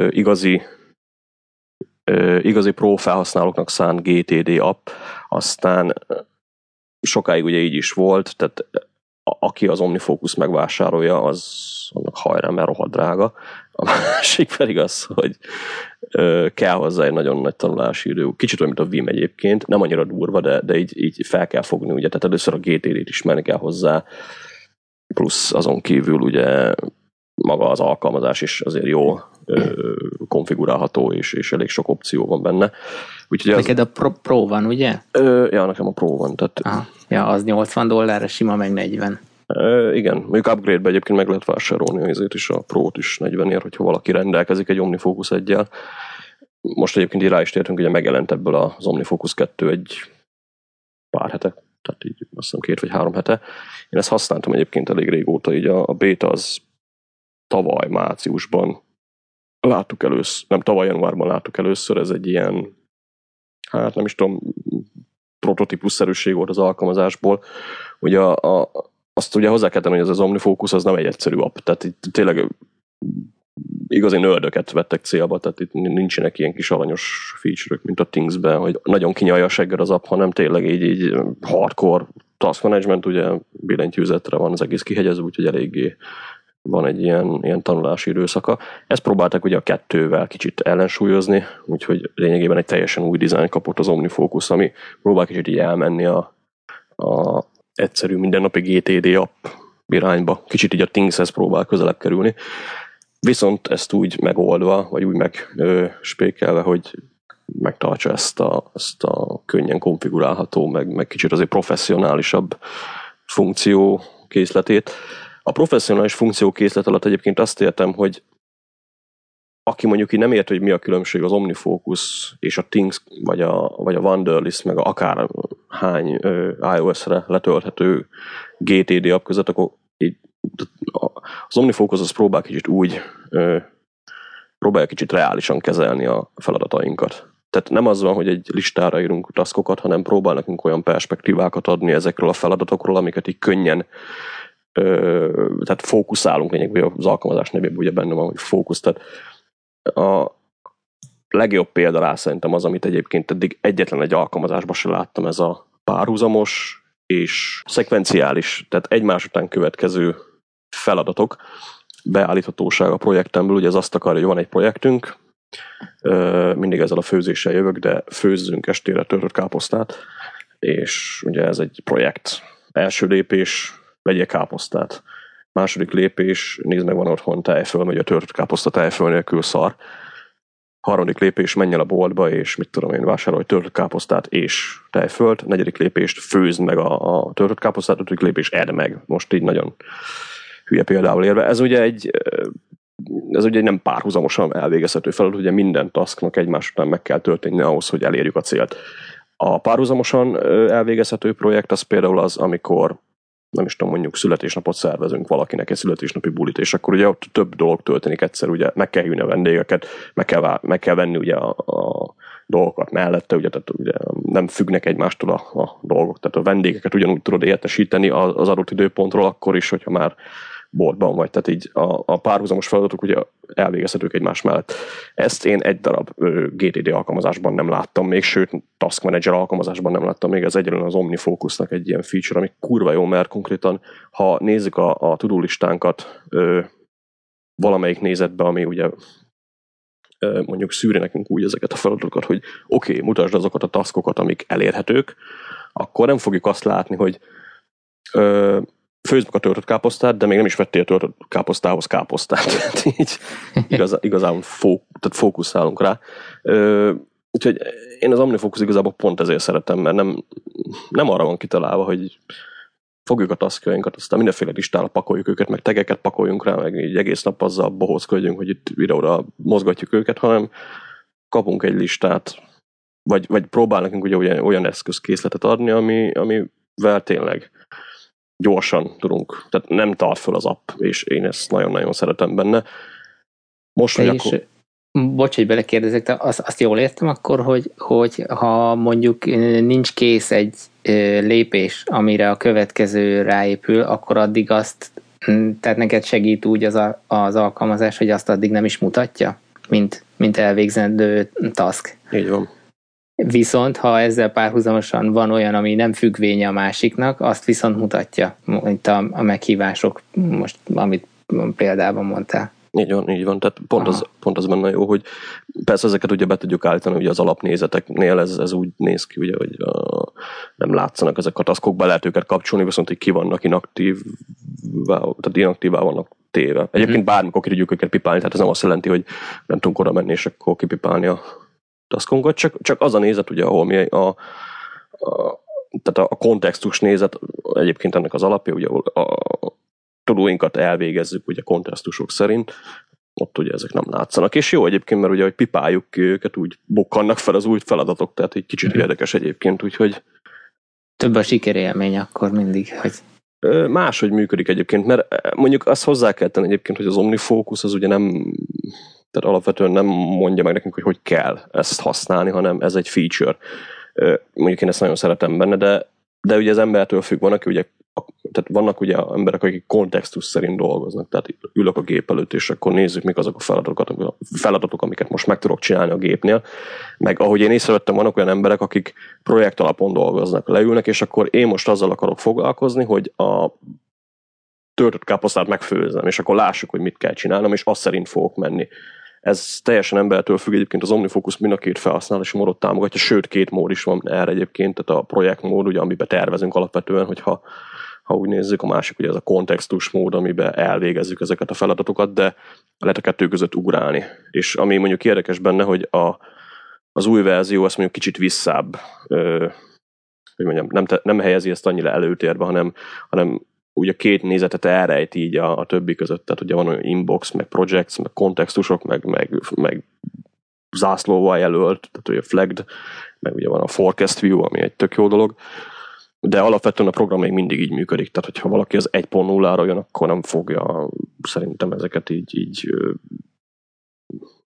Speaker 1: igazi pro felhasználóknak szánt GTD app, aztán sokáig ugye így is volt, tehát aki az OmniFocus megvásárolja, az annak hajrá, mert rohadt drága. A másik pedig az, hogy kell hozzá egy nagyon nagy tanulási idő. Kicsit olyan, mint a Vim egyébként, nem annyira durva, de így fel kell fogni, ugye, tehát először a GTD-t ismerni kell hozzá, plusz azon kívül ugye maga az alkalmazás is azért jó konfigurálható, és elég sok opció van benne. Úgyhogy
Speaker 2: neked a Pro van, ugye?
Speaker 1: Ja, nekem a Pro van. Tehát,
Speaker 2: ja, az $80, a sima meg 40.
Speaker 1: Igen, mondjuk upgrade-be egyébként meg lehet vásárolni ezért is a Pro-t is 40-ért, hogyha valaki rendelkezik egy OmniFocus 1-jel. Most egyébként így rá is tértünk, ugye megjelent ebből az OmniFocus 2 egy pár hete, tehát így azt hiszem 2 vagy 3 hete. Én ezt használtam egyébként elég régóta, így a beta az tavaly márciusban láttuk először, nem tavaly januárban láttuk először, ez egy ilyen, hát nem is tudom, prototípusszerűség volt az alkalmazásból. Ugye azt ugye hozzá kell tenni, hogy ez az OmniFocus az nem egy egyszerű app, tehát itt tényleg igazi nördöket vettek célba, tehát itt nincsenek ilyen kis aranyos feature-ök, mint a Things-ben, hogy nagyon kinyalja a segged az app, hanem tényleg így hardcore task management, ugye billentyűzetre van az egész kihegyező, úgyhogy eléggé van egy ilyen tanulási időszaka. Ezt próbálták ugye a 2-vel kicsit ellensúlyozni, úgyhogy lényegében egy teljesen új dizájn kapott az OmniFocus, ami próbál kicsit így elmenni a egyszerű mindennapi GTD app irányba. Kicsit így a Thingshez próbál közelebb kerülni. Viszont ezt úgy megoldva, vagy úgy megspékelve, hogy megtartsa ezt a könnyen konfigurálható, meg kicsit azért professzionálisabb funkciókészletét. A professzionális funkciókészlet alatt egyébként azt értem, hogy aki mondjuk így nem ért, hogy mi a különbség az OmniFocus és a Things, vagy a Wunderlist, meg akár hány iOS-re letölthető GTD app között, akkor így, az OmniFocus az próbál kicsit úgy próbálja kicsit reálisan kezelni a feladatainkat. Tehát nem az van, hogy egy listára írunk taskokat, hanem próbál nekünk olyan perspektívákat adni ezekről a feladatokról, amiket így könnyen tehát fókuszálunk lényegben, az alkalmazás nevében ugye benne van, hogy fókusz. Tehát a legjobb példa rá szerintem az, amit egyébként eddig egyetlen egy alkalmazásban se láttam, ez a párhuzamos és szekvenciális, tehát egymás után következő feladatok beállíthatóság a projektemből. Ugye ez azt akarja, hogy van egy projektünk, mindig ezzel a főzéssel jövök, de főzzünk estére törött káposztát, és ugye ez egy projekt. Első lépés, vegyél káposztát. Második lépés, nézd meg, van otthon tejföl, vagy a törött káposzta tejföl nélkül szar. Harmadik lépés, menj el a boltba, és mit tudom én, vásárolj törött káposztát és tejfölt. Negyedik lépést, főzd meg a törött káposztát. Ötödik lépés, edd meg. Most így nagyon hülye példával érve. Ez ugye egy nem párhuzamosan elvégezhető feladat, ugye minden tasknak egymás után meg kell történni ahhoz, hogy elérjük a célt. A párhuzamosan elvégezhető projekt az például az, amikor nem is tudom, mondjuk születésnapot szervezünk valakinek, egy születésnapi bulit, és akkor ugye ott több dolog történik egyszer, ugye meg kell hívni a vendégeket, meg kell venni ugye a dolgokat mellette, ugye, tehát ugye nem függnek egymástól a dolgok, tehát a vendégeket ugyanúgy tudod értesíteni az adott időpontról akkor is, hogyha már boltban vagy, tehát így a párhuzamos feladatok ugye elvégezhetők egymás mellett. Ezt én egy darab GTD alkalmazásban nem láttam még, sőt Task Manager alkalmazásban nem láttam még, ez egyelően az OmniFocusnak egy ilyen feature, ami kurva jó, mert konkrétan, ha nézzük a to-do listánkat valamelyik nézetbe, ami ugye mondjuk szűri nekünk úgy ezeket a feladatokat, hogy oké, mutasd azokat a taskokat, amik elérhetők, akkor nem fogjuk azt látni, hogy főzd meg a törött káposztát, de még nem is vettél törött káposztához káposztát. Így igazából tehát fókuszálunk rá. Úgyhogy én az OmniFocus igazából pont ezért szeretem, mert nem arra van kitalálva, hogy fogjuk a taskjainkat, aztán mindenféle listára pakoljuk őket, meg tegeket pakoljunk rá, meg így egész nap azzal bohózkodjunk, hogy itt ide-oda mozgatjuk őket, hanem kapunk egy listát, vagy próbál nekünk ugye olyan eszközkészletet adni, amivel tényleg gyorsan tudunk, tehát nem tart föl az app, és én ezt nagyon-nagyon szeretem benne. Most, hogy akkor...
Speaker 2: Bocs, hogy belekérdezek, de azt jól értem akkor, hogy ha mondjuk nincs kész egy lépés, amire a következő ráépül, akkor addig tehát neked segít úgy az alkalmazás, hogy azt addig nem is mutatja, mint elvégzendő task.
Speaker 1: Így van.
Speaker 2: Viszont, ha ezzel párhuzamosan van olyan, ami nem függvénye a másiknak, azt viszont mutatja, mint a meghívások, most amit példában mondtál.
Speaker 1: Így van, tehát pont az benne jó, hogy persze ezeket ugye be tudjuk állítani, ugye az alapnézeteknél ez úgy néz ki, ugye, hogy nem látszanak ezek a taskok, be lehet őket kapcsolni, viszont hogy ki vannak inaktívá vannak téve. Egyébként bármikor ki tudjuk őket pipálni, tehát ez nem azt jelenti, hogy nem tudunk oda menni, és akkor kipipálni a taskunkat, csak az a nézet, ugye, ahol mi tehát a kontextus nézet, egyébként ennek az alapja, ugye, a tudóinkat elvégezzük ugye kontextusok szerint, ott ugye ezek nem látszanak. És jó egyébként, mert ugye, hogy pipáljuk ki őket, úgy bukkannak fel az új feladatok, tehát egy kicsit érdekes egyébként, úgyhogy...
Speaker 2: Több a sikerélmény akkor mindig, hogy...
Speaker 1: Máshogy működik egyébként, mert mondjuk azt hozzá kell tenni egyébként, hogy az OmniFocus az ugye nem... Tehát alapvetően nem mondja meg nekünk, hogy kell ezt használni, hanem ez egy feature. Mondjuk én ezt nagyon szeretem benne, de ugye az embertől függ, tehát vannak ugye emberek, akik kontextus szerint dolgoznak, tehát ülök a gép előtt, és akkor nézzük, mik azok a feladatok, amiket most meg tudok csinálni a gépnél, meg ahogy én észrevettem, vannak olyan emberek, akik projekt alapon dolgoznak, leülnek, és akkor én most azzal akarok foglalkozni, hogy a töltött káposztát megfőzzem, és akkor lássuk, hogy mit kell csinálnom, és azt szerint fogok menni. Ez teljesen embertől függ, egyébként az OmniFocus mind a két felhasználási módot támogatja, sőt 2 mód is van erre egyébként, tehát a projektmód, ugye, amiben tervezünk alapvetően, hogyha úgy nézzük, a másik ugye ez a kontextus mód, amiben elvégezzük ezeket a feladatokat, de lehet a 2 között ugrálni. És ami mondjuk érdekes benne, hogy az új verzió azt mondjuk kicsit visszább, hogy mondjam, nem helyezi ezt annyira előtérbe, hanem ugye 2 nézetet elrejt így a többi között, tehát ugye van olyan inbox, meg projects, meg kontextusok, meg zászlóval jelölt, tehát ugye flagged, meg ugye van a forecast view, ami egy tök jó dolog, de alapvetően a program még mindig így működik, tehát hogyha valaki az 1.0-ra jön, akkor nem fogja szerintem ezeket így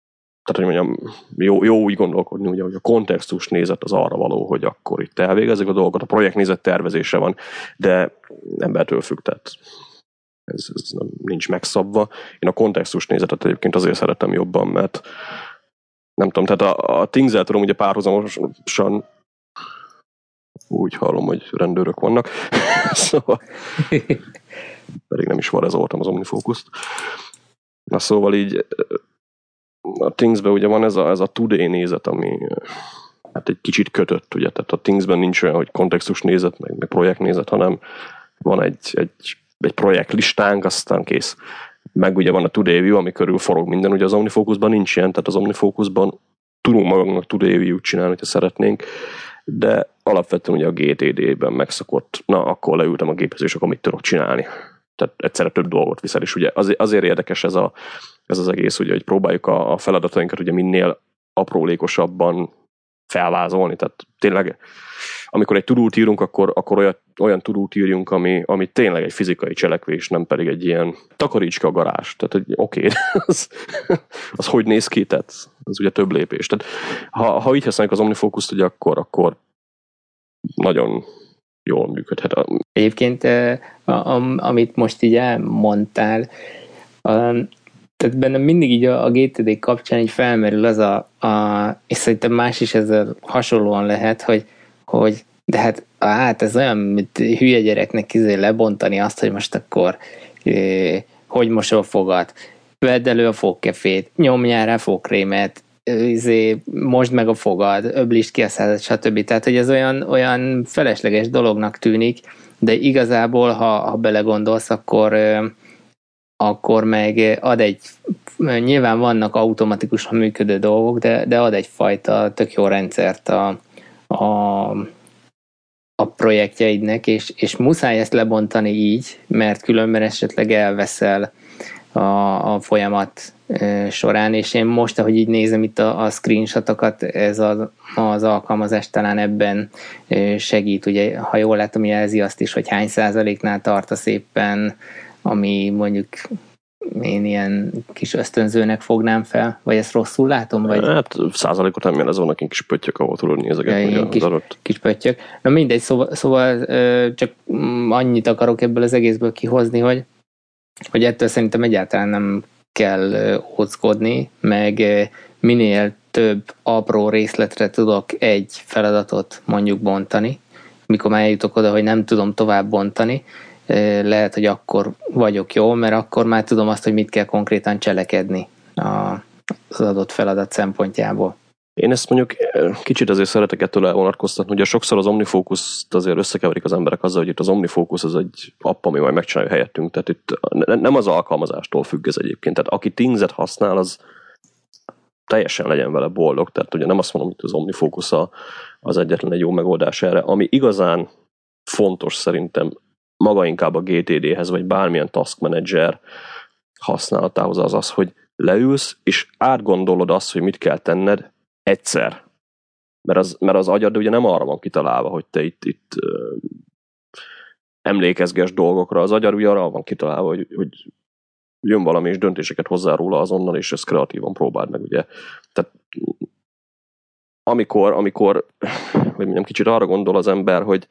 Speaker 1: tehát, hogy mondjam, jó úgy gondolkodni, ugye, hogy a kontextus nézet az arra való, hogy akkor itt elvégezzük a dolgokat, a projekt nézet tervezése van, de embertől függ, tehát ez nincs megszabva. Én a kontextus nézetet egyébként azért szeretem jobban, mert nem tudom, tehát a Things-el tudom ugye párhuzamosan úgy hallom, hogy rendőrök vannak, szóval pedig nem is varezoltam az OmniFocus-t. Na szóval így a Things-ben ugye van ez a today nézet, ami hát egy kicsit kötött, ugye, tehát a Things-ben nincs olyan, hogy kontextus nézet, meg projekt nézet, hanem van egy projektlistánk, aztán kész. Meg ugye van a Today View, ami körül forog minden, ugye az OmniFocusban nincs ilyen, tehát az OmniFocusban tudunk magunknak Today View-t csinálni, hogyha szeretnénk, de alapvetően ugye a GTD-ben megszokott, na akkor leültem a géphez, és akkor mit tudok csinálni. Tehát egyszerre több dolgot viszel, és ugye azért érdekes ez az egész, ugye, hogy próbáljuk a feladatainkat ugye minél aprólékosabban felvázolni, tehát tényleg amikor egy to-do-t írunk, akkor olyan to-do-t írjunk, ami tényleg egy fizikai cselekvés, nem pedig egy ilyen takaríts ki a garázs. Tehát oké, az hogy néz ki, tehát az ugye több lépés. Tehát ha így használjuk az OmniFocus-t, ugye akkor nagyon jól működhet.
Speaker 2: Egyébként, amit most így elmondtál, tehát bennem mindig így a GTD kapcsán így felmerül az és szerintem más is ezzel hasonlóan lehet, hogy de hát ez olyan, mint hülye gyereknek lebontani azt, hogy most akkor hogy mosol fogad, vedd elő a fogkefét, nyomjál rá fogkrémet, mosd meg a fogad, öblítsd ki a százat, stb. Tehát, hogy ez olyan felesleges dolognak tűnik, de igazából, ha belegondolsz, akkor meg nyilván vannak automatikusan működő dolgok, de ad egyfajta tök jó rendszert a projektjeidnek, és muszáj ezt lebontani így, mert különben esetleg elveszel a folyamat során, és én most, ahogy így nézem itt a screenshotokat, ez az alkalmazás talán ebben segít, ugye, ha jól látom, jelzi azt is, hogy hány százaléknál tartasz éppen, ami mondjuk én ilyen kis ösztönzőnek fognám fel, vagy ezt rosszul látom? Vagy?
Speaker 1: Hát százalékot nem jön, ez vannak kis pöttyök, ahol tudod nézegetni.
Speaker 2: Kis pöttyök. Na mindegy, szóval csak annyit akarok ebből az egészből kihozni, hogy ettől szerintem egyáltalán nem kell óckodni, meg minél több apró részletre tudok egy feladatot mondjuk bontani, mikor már eljutok oda, hogy nem tudom tovább bontani, lehet, hogy akkor vagyok jó, mert akkor már tudom azt, hogy mit kell konkrétan cselekedni az adott feladat szempontjából.
Speaker 1: Én ezt mondjuk kicsit azért szeretek ettől elvonatkoztatni, ugye sokszor az OmniFocus-t azért összekeverik az emberek azzal, hogy itt az OmniFocus az egy app, ami majd megcsinálja helyettünk, tehát itt nem az alkalmazástól függ ez egyébként, tehát aki Things-et használ, az teljesen legyen vele boldog, tehát ugye nem azt mondom, hogy az OmniFocus az egyetlen egy jó megoldás erre, ami igazán fontos szerintem maga inkább a GTD-hez, vagy bármilyen task manager használatához az, hogy leülsz, és átgondolod azt, hogy mit kell tenned egyszer. Mert az agyad ugye nem arra van kitalálva, hogy te itt emlékezges dolgokra. Az agyad ugye arra van kitalálva, hogy jön valami, és döntéseket hozzá róla azonnal, és ezt kreatívan próbáld meg, ugye. Tehát amikor hogy mondjam, kicsit arra gondol az ember, hogy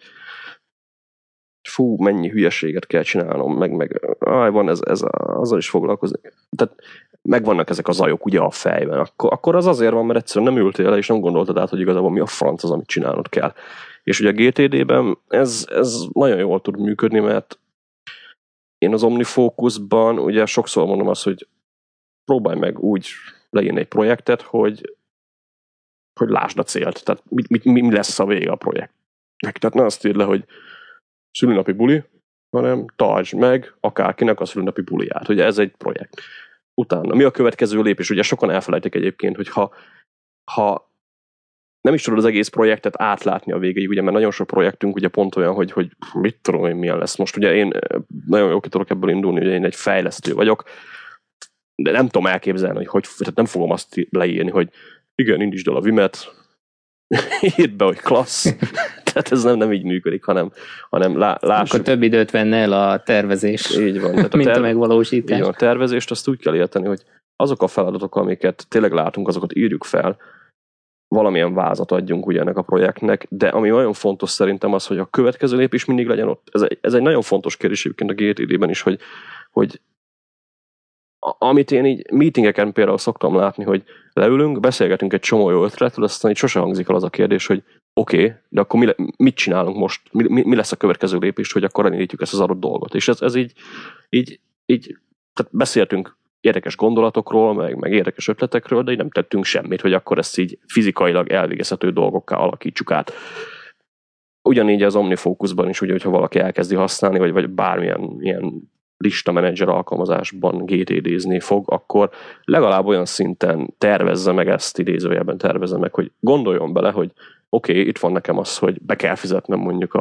Speaker 1: mennyi hülyeséget kell csinálnom, meg van azzal is foglalkozni. Tehát megvannak ezek a zajok ugye a fejben. Akkor az azért van, mert egyszerűen nem ültél le, és nem gondoltad át, hogy igazából mi a franc az, amit csinálnod kell. És ugye a GTD-ben ez nagyon jól tud működni, mert én az OmniFocus-ban ugye sokszor mondom azt, hogy próbálj meg úgy leírni egy projektet, hogy lásd a célt. Tehát mi lesz a vége a projektnek. Tehát ne azt írd le, hogy szülinapi buli, hanem tartsd meg akárkinek a szülinapi buliját. Ugye ez egy projekt. Utána mi a következő lépés? Ugye sokan elfelejtik egyébként, hogy ha nem is tudod az egész projektet átlátni a végéig, ugye, mert nagyon sok projektünk ugye pont olyan, hogy mit tudom én, milyen lesz. Most ugye én nagyon jól ki tudok ebből indulni, ugye én egy fejlesztő vagyok, de nem tudom elképzelni, hogy tehát nem fogom azt leírni, hogy igen, indítsd el a Vim-et, írd be, hogy klassz. Tehát ez nem így működik, hanem lássuk.
Speaker 2: Akkor több időt venne el a tervezés,
Speaker 1: így van, tehát
Speaker 2: mint a megvalósítás.
Speaker 1: Így van, a tervezést azt úgy kell érteni, hogy azok a feladatok, amiket tényleg látunk, azokat írjuk fel, valamilyen vázat adjunk ugye ennek a projektnek, de ami nagyon fontos szerintem az, hogy a következő lépés mindig legyen ott. Ez egy nagyon fontos kérdés egyébként a GTD-ben is, hogy amit én így meetingeken például szoktam látni, hogy leülünk, beszélgetünk egy csomó jó ötletről, aztán így sose hangzik el az a kérdés, hogy oké, de akkor mit csinálunk most? Mi lesz a következő lépés, hogy akkor elindítjuk ezt az adott dolgot? És ez így tehát beszéltünk érdekes gondolatokról, meg érdekes ötletekről, de így nem tettünk semmit, hogy akkor ezt így fizikailag elvégezhető dolgokká alakítsuk át. Ugyanígy az OmniFocusban is, ugye, hogyha valaki elkezdi használni, vagy bármilyen ilyen lista menedzser alkalmazásban GTD-zni fog, akkor legalább olyan szinten tervezze meg ezt, idézőjelben tervezze meg, hogy gondoljon bele, hogy oké, itt van nekem az, hogy be kell fizetnem mondjuk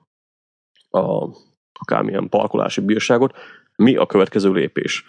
Speaker 1: akármilyen parkolási bírságot, mi a következő lépés?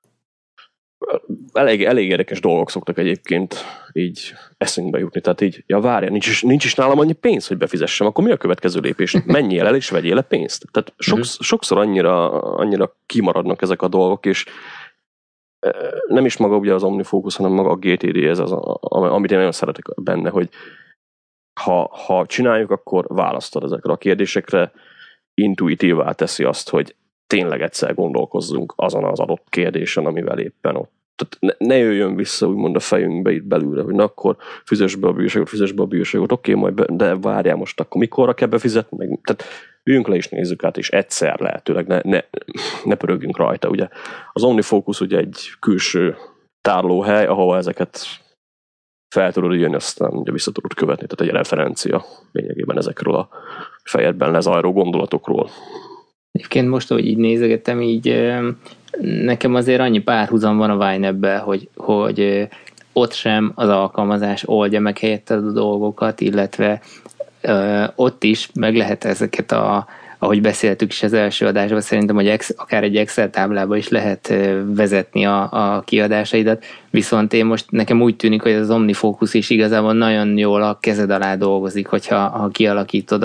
Speaker 1: Elég érdekes dolgok szoktak egyébként így eszünkbe jutni. Tehát így, várjál, nincs is nálam annyi pénz, hogy befizessem, akkor mi a következő lépés? Menjél el és vegyél le pénzt. Tehát sokszor annyira kimaradnak ezek a dolgok, és nem is maga ugye az OmniFocus, hanem maga a GTD, ez az, amit én nagyon szeretek benne, hogy ha csináljuk, akkor választod ezekre a kérdésekre, intuitívá teszi azt, hogy tényleg egyszer gondolkozzunk azon az adott kérdésen, amivel éppen ott. Tehát ne jöjjön vissza úgymond a fejünkbe itt belülre, hogy na akkor fizess be a bírságot, oké, majd de várjál most, akkor mikorra kell befizetni? Tehát üljünk le és nézzük át, és egyszer lehetőleg ne pörögjünk rajta. Ugye. Az OmniFocus ugye egy külső tárolóhely, ahol ezeket fel tudod írni, aztán ugye vissza tudod követni, tehát egy referencia lényegében ezekről a fejedben lezajló gondolatokról.
Speaker 2: Egyébként most, hogy így nézegettem, így nekem azért annyi párhuzam van a Vine-ebben, hogy ott sem az alkalmazás oldja meg helyetted a dolgokat, illetve ott is meg lehet ezeket ahogy beszéltük is az első adásban, szerintem, hogy akár egy Excel táblába is lehet vezetni a kiadásaidat, viszont nekem úgy tűnik, hogy az OmniFocus is igazából nagyon jól a kezed alá dolgozik, hogyha kialakítod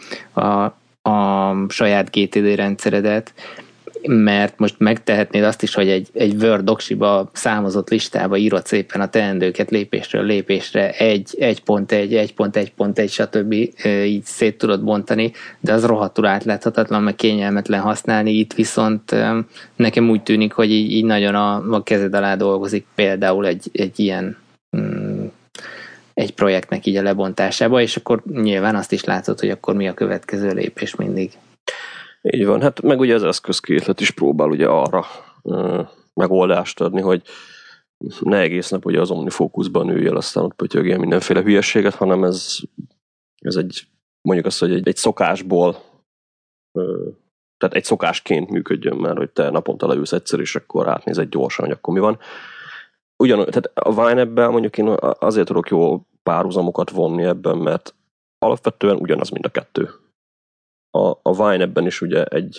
Speaker 2: a saját GTD rendszeredet, mert most megtehetnéd azt is, hogy egy Word doksiba számozott listába írod szépen a teendőket lépésről lépésre, 1.1, stb. Így szét tudod bontani, de az rohadtul átláthatatlan, meg kényelmetlen használni, itt viszont nekem úgy tűnik, hogy így nagyon a kezed alá dolgozik például egy ilyen egy projektnek így a lebontásába, és akkor nyilván azt is látod, hogy akkor mi a következő lépés mindig.
Speaker 1: Így van, hát meg ugye az eszközkészlet is próbál ugye arra megoldást adni, hogy ne egész nap ugye az OmniFocusban üljél, aztán ott pötyögél mindenféle hülyeséget, hanem ez egy, mondjuk azt, hogy egy szokásból, tehát egy szokásként működjön már, hogy te naponta leülsz egyszer, és akkor átnézed gyorsan, hogy akkor mi van. Tehát a Vine-ebben mondjuk én azért tudok jó párhuzamokat vonni ebben, mert alapvetően ugyanaz mind a kettő. A Vine-ebben is ugye egy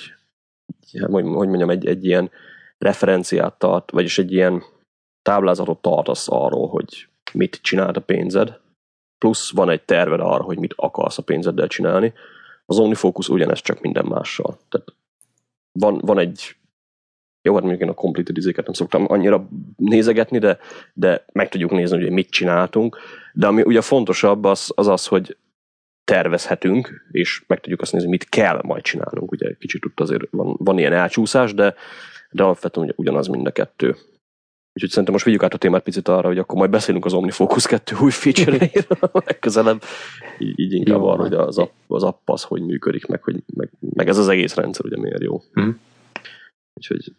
Speaker 1: ilyen referenciát tart, vagyis egy ilyen táblázatot tartasz arról, hogy mit csinált a pénzed, plusz van egy terved arra, hogy mit akarsz a pénzeddel csinálni. Az OmniFocus ugyanez, csak minden mással. Tehát van egy jó, hát mondjuk én a completed izéket nem szoktam annyira nézegetni, de meg tudjuk nézni, hogy mit csináltunk. De ami ugye fontosabb az, hogy tervezhetünk, és meg tudjuk azt nézni, mit kell majd csinálnunk. Ugye kicsit ott azért van ilyen elcsúszás, de alapvetően ugyanaz mind a kettő. Úgyhogy szerintem most vigyük át a témát picit arra, hogy akkor majd beszélünk az OmniFocus 2 új feature-eiről legközelebb. Így inkább arra, hogy az app az hogy működik, meg ez az egész rendszer ugye miért jó. Úgyhogy...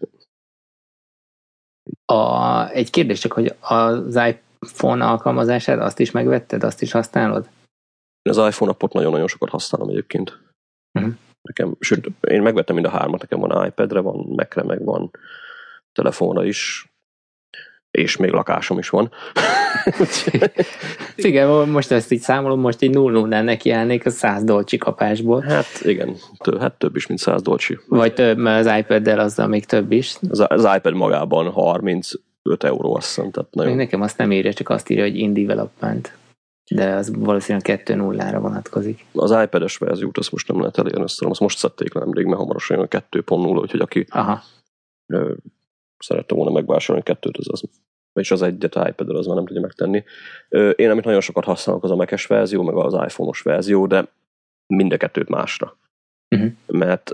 Speaker 2: Egy kérdés csak, hogy az iPhone alkalmazását, azt is megvetted, azt is használod?
Speaker 1: Az iPhone appot nagyon-nagyon sokat használom egyébként. Nekem, sőt, én megvettem mind a hármat, nekem van iPad-re, van Mac-re, meg van telefonra is, és még lakásom is van.
Speaker 2: Igen, most ezt így számolom, most így 0-0-nál nekiállnék a $100 kapásból.
Speaker 1: Hát igen, több is, mint $100.
Speaker 2: Vagy több, mert az iPad-del azzal még több is.
Speaker 1: Az iPad magában 35 euró, azt hiszem. Tehát nagyon...
Speaker 2: Nekem azt nem írja, csak azt írja, hogy in development. De az valószínűleg 2.0-ra vonatkozik.
Speaker 1: Az iPad-es verziót azt most nem lehet elérni, azt most szedték le nemrég, mert hamarosan jön a 2.0, úgyhogy aki szerette volna megvásárolni 2-t, az vagyis az egyet iPad-ről az már nem tudja megtenni. Én amit nagyon sokat használok, az a Mac-es verzió, meg az iPhone-os verzió, de mind a kettőt másra. Mert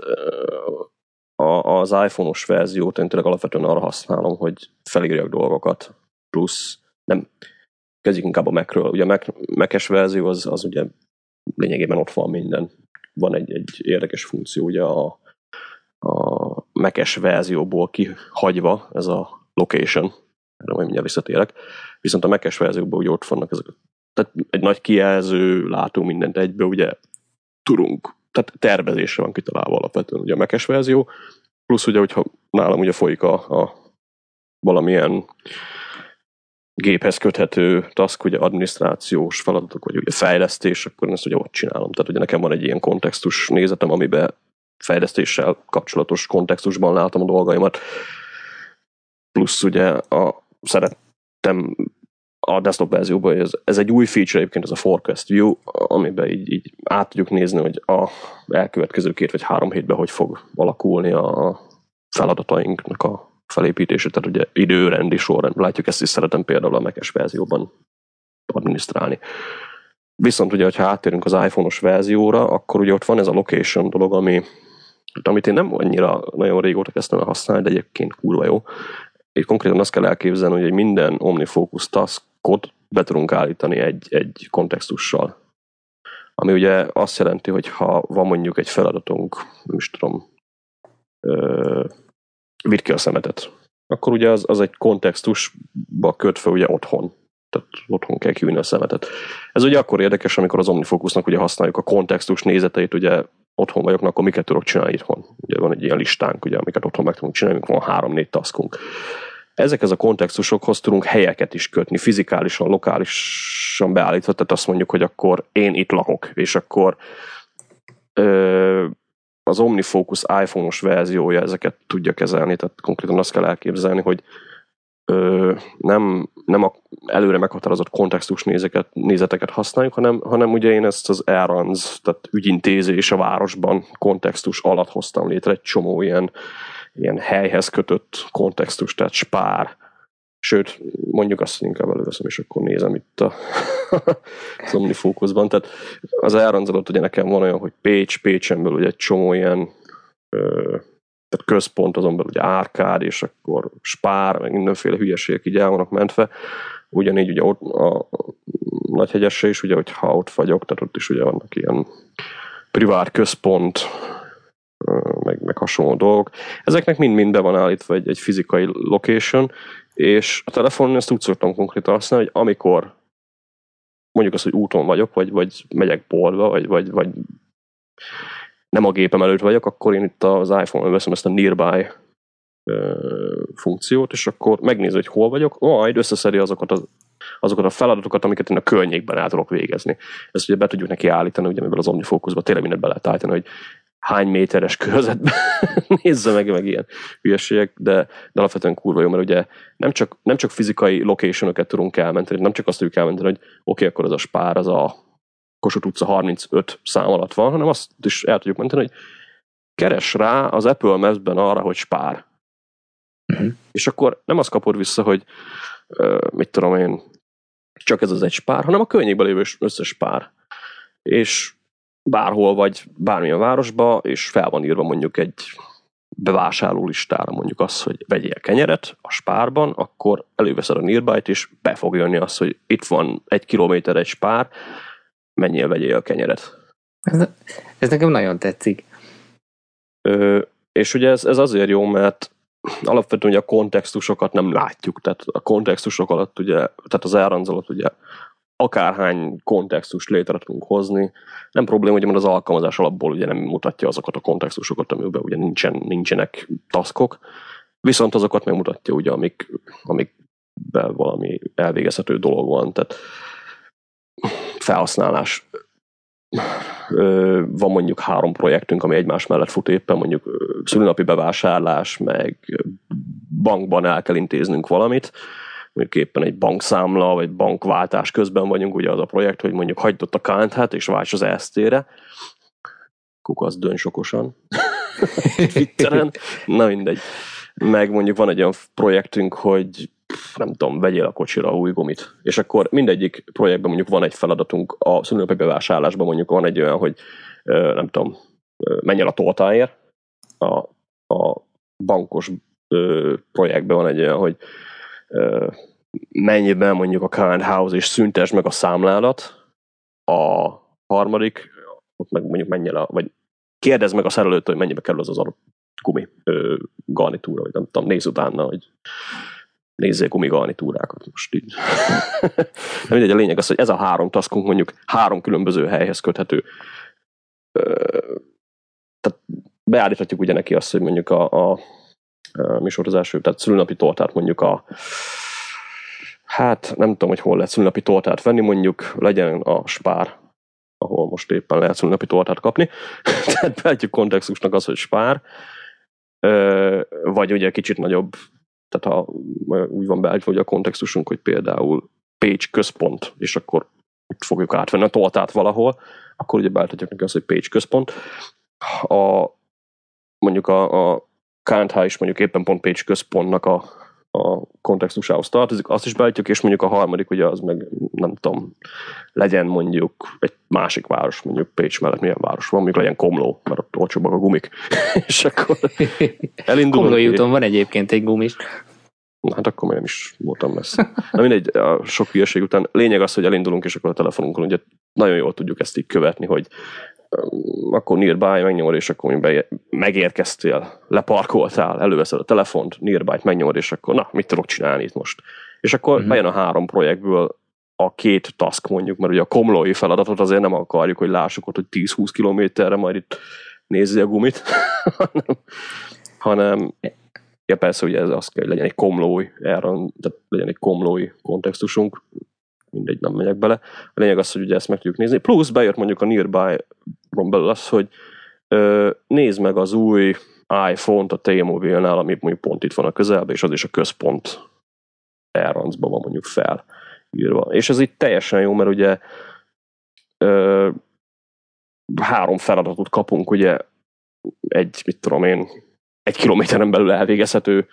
Speaker 1: az iPhone-os verziót én tényleg alapvetően arra használom, hogy felírjak dolgokat, plusz nem, kezdjük inkább a Mac-ről. Ugye a Mac-es verzió az ugye lényegében ott van minden. Van egy érdekes funkció, ugye a Mac-es verzióból kihagyva ez a location, erre majd mindjárt visszatérek, viszont a Mac-es verzióban ugye ott vannak ezek, tehát egy nagy kijelző, látó mindent egybe, ugye tudunk, tehát tervezésre van kitalálva alapvetően ugye a Mac-es verzió, plusz ugye, hogyha nálam ugye folyik a valamilyen géphez köthető task, ugye adminisztrációs feladatok, vagy ugye fejlesztés, akkor én ezt ugye ott csinálom. Tehát ugye nekem van egy ilyen kontextus nézetem, amiben fejlesztéssel kapcsolatos kontextusban látom a dolgaimat. Plusz ugye szerettem a desktop verzióban, ez egy új feature egyébként, ez a Forecast View, amiben így át tudjuk nézni, hogy a elkövetkező 2 vagy 3 hétben hogy fog alakulni a feladatainknak a felépítése, tehát ugye időrendi sorrend. Látjuk, ezt is szeretem például a Mac-es verzióban adminisztrálni. Viszont ugye, ha áttérünk az iPhone-os verzióra, akkor ugye ott van ez a location dolog, amit én nem annyira nagyon régóta kezdtem el használni, de egyébként kurva jó. Itt konkrétan azt kell elképzelni, hogy minden OmniFocus taskot be tudunk állítani egy kontextussal. Ami ugye azt jelenti, hogy ha van mondjuk egy feladatunk, nem is tudom, vidd ki a szemetet, akkor ugye az egy kontextusba kötve ugye otthon. Tehát otthon kell kivinni a szemetet. Ez ugye akkor érdekes, amikor az OmniFocusnak ugye használjuk a kontextus nézeteit, ugye otthon vagyok, akkor miket tudok csinálni itthon. Ugye van egy ilyen listánk, ugye, amiket otthon meg tudunk csinálni, van 3-4 taskunk. Ezekhez a kontextusokhoz tudunk helyeket is kötni, fizikálisan, lokálisan beállítva, tehát azt mondjuk, hogy akkor én itt lakok, és akkor az OmniFocus iPhone-os verziója ezeket tudja kezelni, tehát konkrétan azt kell elképzelni, hogy nem a előre meghatározott kontextus nézeteket használjuk, hanem ugye én ezt az errands, tehát ügyintézés a városban kontextus alatt hoztam létre egy csomó ilyen helyhez kötött kontextus, tehát spár. Sőt, mondjuk azt, hogy inkább előveszem, és akkor nézem itt az OmniFocusban. Tehát az errands alatt ugye nekem van olyan, hogy Pécsen belül ugye egy csomó ilyen tehát központ, azon belül ugye árkád, és akkor spár, meg mindenféle hülyeségek így el vannak mentve. Ugyanígy ugye ott a Nagyhegyesre is, ugye, hogyha ott vagyok, tehát ott is ugye vannak ilyen privát központ, meg hasonló dolgok. Ezeknek mind be van állítva egy fizikai location, és a telefonon ezt úgy szoktam konkrétan használni, hogy amikor mondjuk azt, hogy úton vagyok, vagy megyek boltba, vagy nem a gépem előtt vagyok, akkor én itt az iPhone-on veszem ezt a Nearby funkciót, és akkor megnézem, hogy hol vagyok, majd összeszedi azokat a feladatokat, amiket én a környékben el tudok végezni. Ezt ugye be tudjuk neki állítani, ugye mivel az OmniFocusban tényleg mindent be lehet állítani, hogy hány méteres körzetben nézze meg ilyen hülyeségek, de alapvetően kurva jó, mert ugye nem csak fizikai locationokat tudunk elmenteni, nem csak azt tudjuk elmenteni, hogy oké, akkor az a spár, az a Kossuth utca 35 szám alatt van, hanem azt is el tudjuk menteni, hogy keres rá az Apple Maps-ben arra, hogy spár. És akkor nem azt kapod vissza, hogy mit tudom én, csak ez az egy spár, hanem a környékben lévő összes spár. És bárhol vagy bármilyen városba, és fel van írva mondjuk egy bevásárló listára mondjuk az, hogy vegyél kenyeret a spárban, akkor előveszed a Nearby-t, és be fog jönni az, hogy itt van 1 kilométer egy spár, menjél, vegyél a kenyeret.
Speaker 2: Ez nekem nagyon tetszik.
Speaker 1: És ugye ez azért jó, mert alapvetően ugye a kontextusokat nem látjuk, tehát a kontextusok alatt ugye, tehát az errands alatt ugye akárhány kontextust létre tudunk hozni. Nem probléma, hogy az alkalmazás alapból ugye nem mutatja azokat a kontextusokat, amiben ugye nincsenek taskok, viszont azokat megmutatja ugye, amikben valami elvégezhető dolog van, tehát felhasználás. Van mondjuk 3 projektünk, ami egymás mellett fut éppen, mondjuk szülinapi bevásárlás, meg bankban el kell intéznünk valamit, mondjuk éppen egy bankszámla, vagy bankváltás közben vagyunk, ugye az a projekt, hogy mondjuk hagyd ott a kántát, és válts az EST-re. Kukasz dönts sokosan. Twitteren. Na mindegy. Meg mondjuk van egy olyan projektünk, hogy nem tudom, vegyél a kocsira új gumit. És akkor mindegyik projektben mondjuk van egy feladatunk, a szülinapi bevásárlásban mondjuk van egy olyan, hogy nem tudom, menj el a toltáért. A bankos projektben van egy olyan, hogy mennyiben mondjuk a current house és szüntesd meg a számládat. A harmadik, ott meg mondjuk menj el vagy kérdezd meg a szerelőtől, hogy mennyibe kerül az adott gumi garnitúra, vagy nem tudom, nézz utána, hogy nézzél gumi garnitúrákat most így. De mindegy, a lényeg az, hogy ez a 3 taskunk mondjuk 3 különböző helyhez köthető. Tehát beállíthatjuk ugye neki azt, hogy mondjuk mi volt az első, tehát szülinapi tortát mondjuk hát nem tudom, hogy hol lehet szülinapi tortát venni, mondjuk legyen a Spár, ahol most éppen lehet szülinapi tortát kapni. Tehát beállítjuk kontextusnak az, hogy Spár, vagy ugye kicsit nagyobb, tehát ha úgy van beállítva, hogy a kontextusunk, hogy például Pécs központ, és akkor itt fogjuk átvenni a tortát valahol, akkor ugye beállíthatjuk neki azt, hogy Pécs központ. Mondjuk a KNH is mondjuk éppen pont Pécs központnak a kontextusához tartozik, azt is beállítjuk, és mondjuk a harmadik, ugye az meg nem tudom, legyen mondjuk egy másik város, mondjuk Pécs mellett milyen város van, mondjuk legyen Komló, mert ott olcsóbbak a gumik. És akkor elindulunk.
Speaker 2: Komlói úton van egyébként egy gumis.
Speaker 1: Na, hát akkor nem is voltam messze. Na mindegy, a sok hülyeség után lényeg az, hogy elindulunk, és akkor a telefonunkon ugye nagyon jól tudjuk ezt így követni, hogy akkor nearby, megnyomod, és akkor megérkeztél, leparkoltál, előveszed a telefont, nearby-t megnyomod, és akkor na, mit tudok csinálni itt most? És akkor bejön a 3 projektből a 2 task mondjuk, mert ugye a komlói feladatot azért nem akarjuk, hogy lássuk ott, hogy 10-20 kilométerre majd itt nézzi a gumit, hanem ja persze, ugye ez az kell, hogy legyen egy komlói, tehát legyen egy komlói kontextusunk, mindegy, nem megyek bele. A lényeg az, hogy ugye ezt meg tudjuk nézni. Plusz bejött mondjuk a nearby-ron belül az, hogy nézd meg az új iPhone-t a T-Mobile-nál, ami mondjuk pont itt van a közelben, és az is a központ elrancba van mondjuk felírva. És ez itt teljesen jó, mert ugye 3 feladatot kapunk, ugye egy kilométeren belül elvégezhető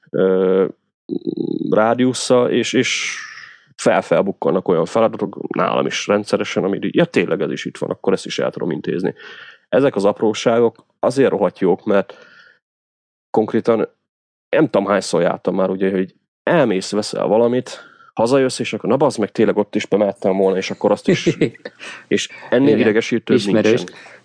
Speaker 1: rádiusszal, és felbukkannak olyan feladatok, nálam is rendszeresen, ami ja tényleg ez is itt van, akkor ezt is el tudom intézni. Ezek az apróságok azért rohadt jók, mert konkrétan nem tudom hányszor jártam már, ugye, hogy elmész, veszel valamit, hazajössz, és akkor na bazd meg, tényleg ott is bemehettem volna, és akkor azt is, és ennél idegesítőbb nincsen.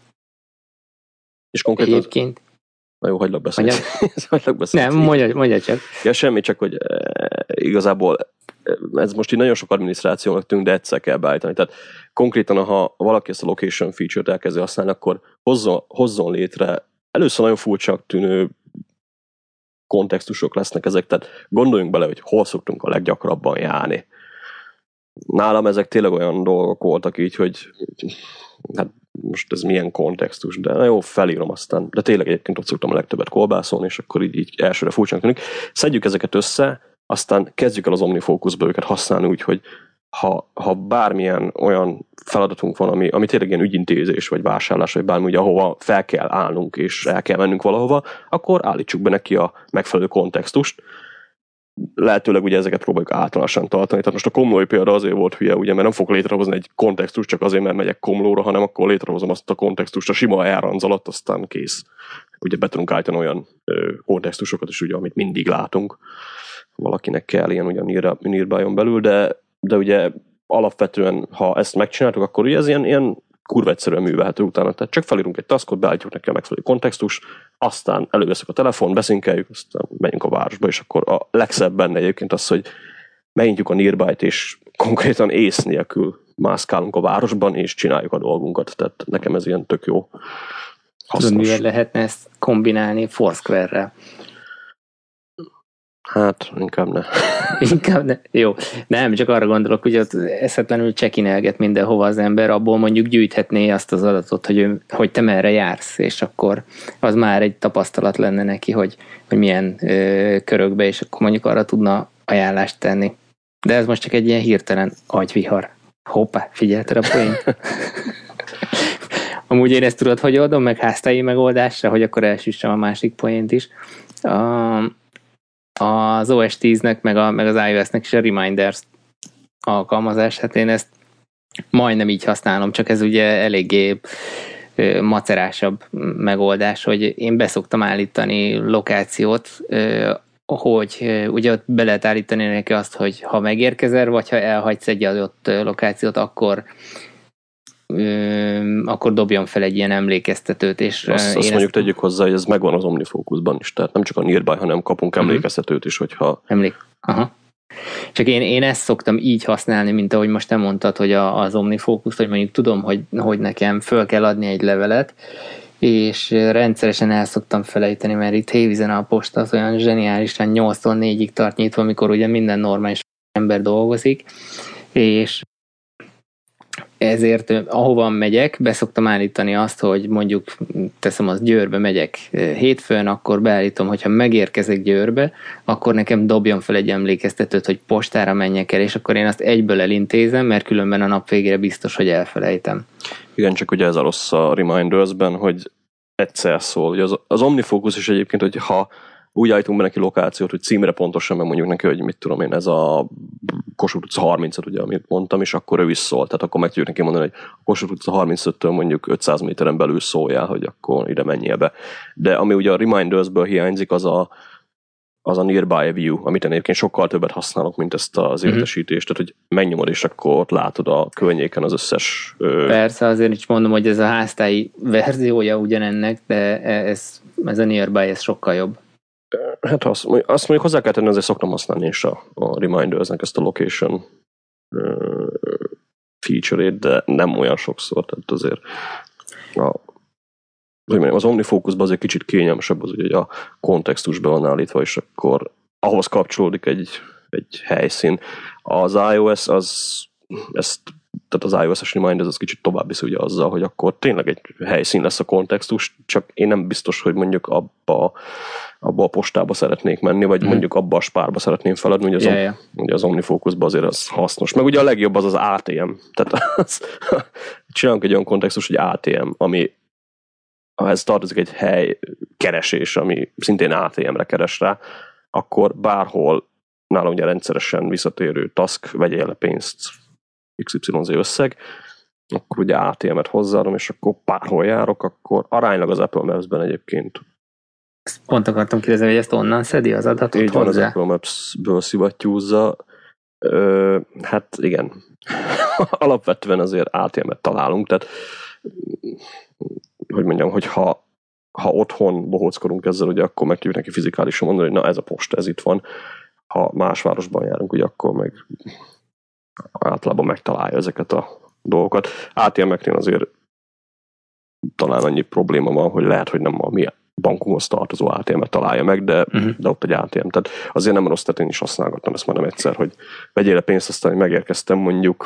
Speaker 1: És konkrétan
Speaker 2: egyébként.
Speaker 1: Na jó, hagylak beszélni.
Speaker 2: Nem, mondja csak.
Speaker 1: Ja, semmi, csak hogy igazából ez most így nagyon sok adminisztrációnak tűnik, de egyszer kell beállítani. Tehát konkrétan, ha valaki ezt a location feature-t elkezdi használni, akkor hozzon létre először nagyon furcsak tűnő kontextusok lesznek ezek, tehát gondoljunk bele, hogy hol szoktunk a leggyakrabban járni. Nálam ezek tényleg olyan dolgok voltak így, hogy hát most ez milyen kontextus, de na jó, felírom aztán. De tényleg egyébként ott szoktam a legtöbbet kolbászolni, és akkor így elsőre furcsának tűnik. Szedjük ezeket össze, aztán kezdjük el az OmniFocusba őket használni, úgyhogy ha bármilyen olyan feladatunk van, ami tényleg ilyen ügyintézés, vagy vásárlás, vagy bármi, ugye, ahova fel kell állnunk, és el kell mennünk valahova, akkor állítsuk be neki a megfelelő kontextust. Lehetőleg ugye ezeket próbáljuk általánosan tartani. Tehát most a komlói példa azért volt hülye, ugye, mert nem fog létrehozni egy kontextust csak azért, mert megyek Komlóra, hanem akkor létrehozom azt a kontextust a sima elranc alatt, aztán kész. Ugye be tudunk állítani olyan kontextusokat is, ugye, amit mindig látunk. Valakinek kell ilyen ugye nearby-on belül, de ugye alapvetően, ha ezt megcsináltuk, akkor ugye ez ilyen kurva egyszerűen művelhető utána. Tehát csak felírunk egy taskot, beállítjuk neki a megfelelő kontextus, aztán előveszek a telefon, beszinkeljük, aztán megyünk a városba, és akkor a legszebb benne egyébként az, hogy megnyitjuk a nearby-t, és konkrétan ész nélkül mászkálunk a városban, és csináljuk a dolgunkat. Tehát nekem ez ilyen tök jó. Hasznos.
Speaker 2: Tudod, mivel lehetne ezt kombinálni Foursquare-rel?
Speaker 1: Hát, inkább ne.
Speaker 2: Inkább ne. Jó. Nem, csak arra gondolok, hogy ott eszetlenül csekinelget mindenhova az ember, abból mondjuk gyűjthetné azt az adatot, hogy te merre jársz, és akkor az már egy tapasztalat lenne neki, hogy milyen körökbe, és akkor mondjuk arra tudna ajánlást tenni. De ez most csak egy ilyen hirtelen agyvihar. Hoppá, figyelted a poént? Amúgy én ezt tudod, hogy oldom meg háztáji megoldásra, hogy akkor elsüssem a másik poént is. az OS 10-nek, meg az iOS-nek is a Reminders alkalmazás, hát én ezt majdnem így használom, csak ez ugye eléggé macerásabb megoldás, hogy én beszoktam állítani lokációt, hogy ugye ott be lehet állítani neki azt, hogy ha megérkezel, vagy ha elhagysz egy adott lokációt, akkor dobjon fel egy ilyen emlékeztetőt. És
Speaker 1: azt mondjuk tegyük hozzá, hogy ez megvan az OmniFocusban is, tehát nem csak a Nearby, hanem kapunk emlékeztetőt is, hogyha...
Speaker 2: Aha. Csak én ezt szoktam így használni, mint ahogy most te mondtad, hogy az OmniFocus, hogy mondjuk tudom, hogy nekem föl kell adni egy levelet, és rendszeresen el szoktam felejteni, mert itt Hévízen a posta az olyan zseniálisan 8-tól 4-ig tart nyitva, amikor ugye minden normális ember dolgozik, és ezért ahova megyek, beszoktam állítani azt, hogy mondjuk teszem az Győrbe megyek hétfőn, akkor beállítom, hogyha megérkezek Győrbe, akkor nekem dobjon fel egy emlékeztetőt, hogy postára menjek el, és akkor én azt egyből elintézem, mert különben a nap végére biztos, hogy elfelejtem.
Speaker 1: Igen, csak ugye ez a rossz a Reminders-ben, hogy egyszer szól. Ugye az OmniFocus is egyébként, hogy ha úgy állítunk be neki lokációt, hogy címre pontosan, meg mondjuk neki, hogy mit tudom én, ez a Kossuth utca 30-at, ugye, amit mondtam, és akkor ő is szól. Tehát akkor meg tudjuk neki mondani, hogy a Kossuth utca 35-től mondjuk 500 méteren belül szóljál, hogy akkor ide menjél be. De ami ugye a Reminders-ből hiányzik, az a Nearby View, amit én egyébként sokkal többet használok, mint ezt az értesítést, tehát hogy megnyomod, és akkor ott látod a környéken az összes...
Speaker 2: Persze, azért is mondom, hogy ez a háztáji verziója ugyanennek, de ez a Nearby, ez sokkal jobb.
Speaker 1: Hát azt mondjuk hozzá kell tenni, azért szoktam használni is a Reminders-nek ezt a location feature-ét, de nem olyan sokszor, tehát azért az OmniFocusban azért kicsit kényelmesebb az, hogy a kontextusban van állítva, és akkor ahhoz kapcsolódik egy helyszín. Az iOS tehát az iOS-es Reminders az kicsit tovább viszi ugye azzal, hogy akkor tényleg egy helyszín lesz a kontextus, csak én nem biztos, hogy mondjuk abba a postába szeretnék menni, vagy mondjuk abba a spárba szeretném feladni, ugye az OmniFocusban azért az hasznos. Meg ugye a legjobb az ATM. Tehát csinálunk egy olyan kontextus, hogy ATM, ami ez tartozik egy hely keresés, ami szintén ATM-re keres rá, akkor bárhol nálam ugye rendszeresen visszatérő task, vegyél le pénzt XYZ összeg, akkor ugye ATM-et hozzáadom, és akkor bárhol járok, akkor aránylag az Apple Maps-ben egyébként.
Speaker 2: Pont akartam kérdezni, hogy ezt onnan szedi az adatot
Speaker 1: így
Speaker 2: hozzá?
Speaker 1: Van, az Apple Maps-ből szivattyúzza. Hát igen. Alapvetően azért ATM-et találunk, tehát hogy mondjam, hogy ha otthon bohóckodunk ezzel, ugye akkor meg tudjuk neki fizikálisan mondani, hogy na ez a posta, ez itt van. Ha más városban járunk, ugye akkor meg általában megtalálja ezeket a dolgokat. ATM-eknél azért talán annyi probléma van, hogy lehet, hogy nem a mi bankunkhoz tartozó ATM-et találja meg, de ott egy ATM. Tehát azért nem rossz, tehát én is használgattam ezt már nem egyszer, hogy vegyél le pénzt, aztán megérkeztem mondjuk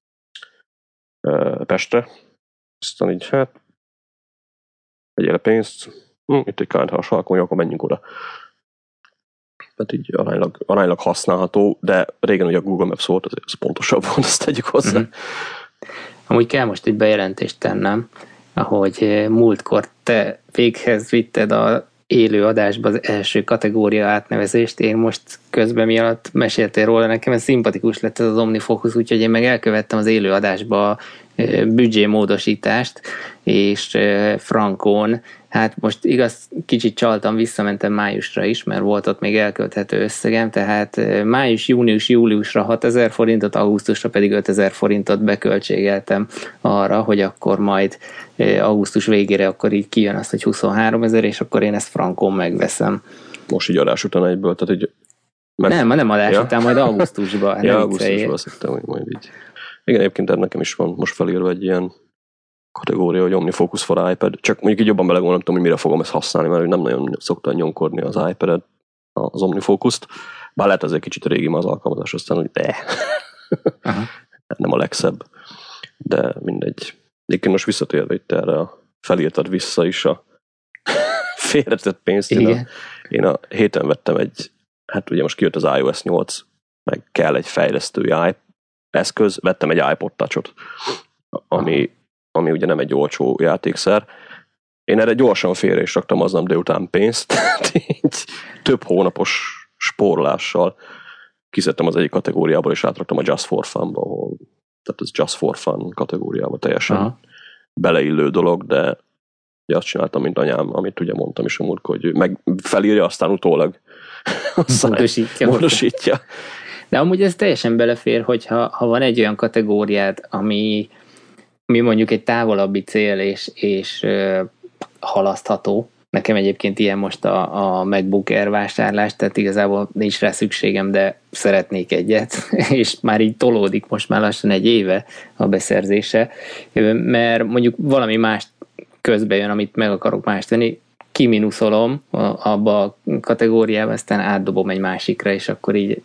Speaker 1: Pestre, aztán így vegyél le pénzt, itt egy kánthalas halkony, akkor menjünk oda. Tehát így aránylag használható, de régen ugye a Google Maps volt, azért az pontosabb volt, azt tegyük hozzá.
Speaker 2: Amúgy kell most egy bejelentést tennem, ahogy múltkor te véghez vitted az élő adásba az első kategória átnevezést, én most közben mi alatt meséltél róla, nekem ez szimpatikus lett ez az OmniFocus, úgyhogy én meg elkövettem az élő adásba a büdzsémódosítást, és frankón, hát most igaz, kicsit csaltam, visszamentem májusra is, mert volt ott még elkölthető összegem, tehát május, június, júliusra 6000 forintot, augusztusra pedig 5000 forintot beköltségeltem arra, hogy akkor majd augusztus végére akkor így kijön az, hogy 23 000, és akkor én ezt frankón megveszem.
Speaker 1: Most így adás után egyből, tehát így...
Speaker 2: Nem adás után, majd augusztusban.
Speaker 1: Ja, augusztusban azt hittem, hogy majd így. Igen, egyébként nekem is van most felírva egy ilyen kategória, hogy OmniFocus for iPad, csak mondjuk így jobban belegondolom, hogy mire fogom ezt használni, mert nem nagyon szoktam nyomkodni az iPad-et, az OmniFocust, bár lehet azért kicsit régi az alkalmazás, aztán úgy nem a legszebb, de mindegy. Egyébként most visszatérve itt erre felírtad vissza is a félretett pénzt. Én a héten vettem hát ugye most kijött az iOS 8, meg kell egy fejlesztői eszköz, vettem egy iPod Touch-ot, ami ugye nem egy olcsó játékszer. Én erre gyorsan félre is raktam aznap délután pénzt, így több hónapos spórolással kiszedtem az egyik kategóriából, és átraktam a Just for Fun-ba, ahol, tehát ez Just for Fun kategóriába teljesen beleillő dolog, de ugye azt csináltam, mint anyám, amit ugye mondtam is a múltkor, hogy meg felírja, aztán utólag módosítja.
Speaker 2: De amúgy ez teljesen belefér, hogyha van egy olyan kategóriád, ami mondjuk egy távolabbi cél, és halasztható. Nekem egyébként ilyen most a MacBook Air vásárlás, tehát igazából nincs rá szükségem, de szeretnék egyet, és már így tolódik most már lassan egy éve a beszerzése, mert mondjuk valami más közbe jön, amit meg akarok mást venni, kiminuszolom abba a kategóriába, aztán átdobom egy másikra, és akkor így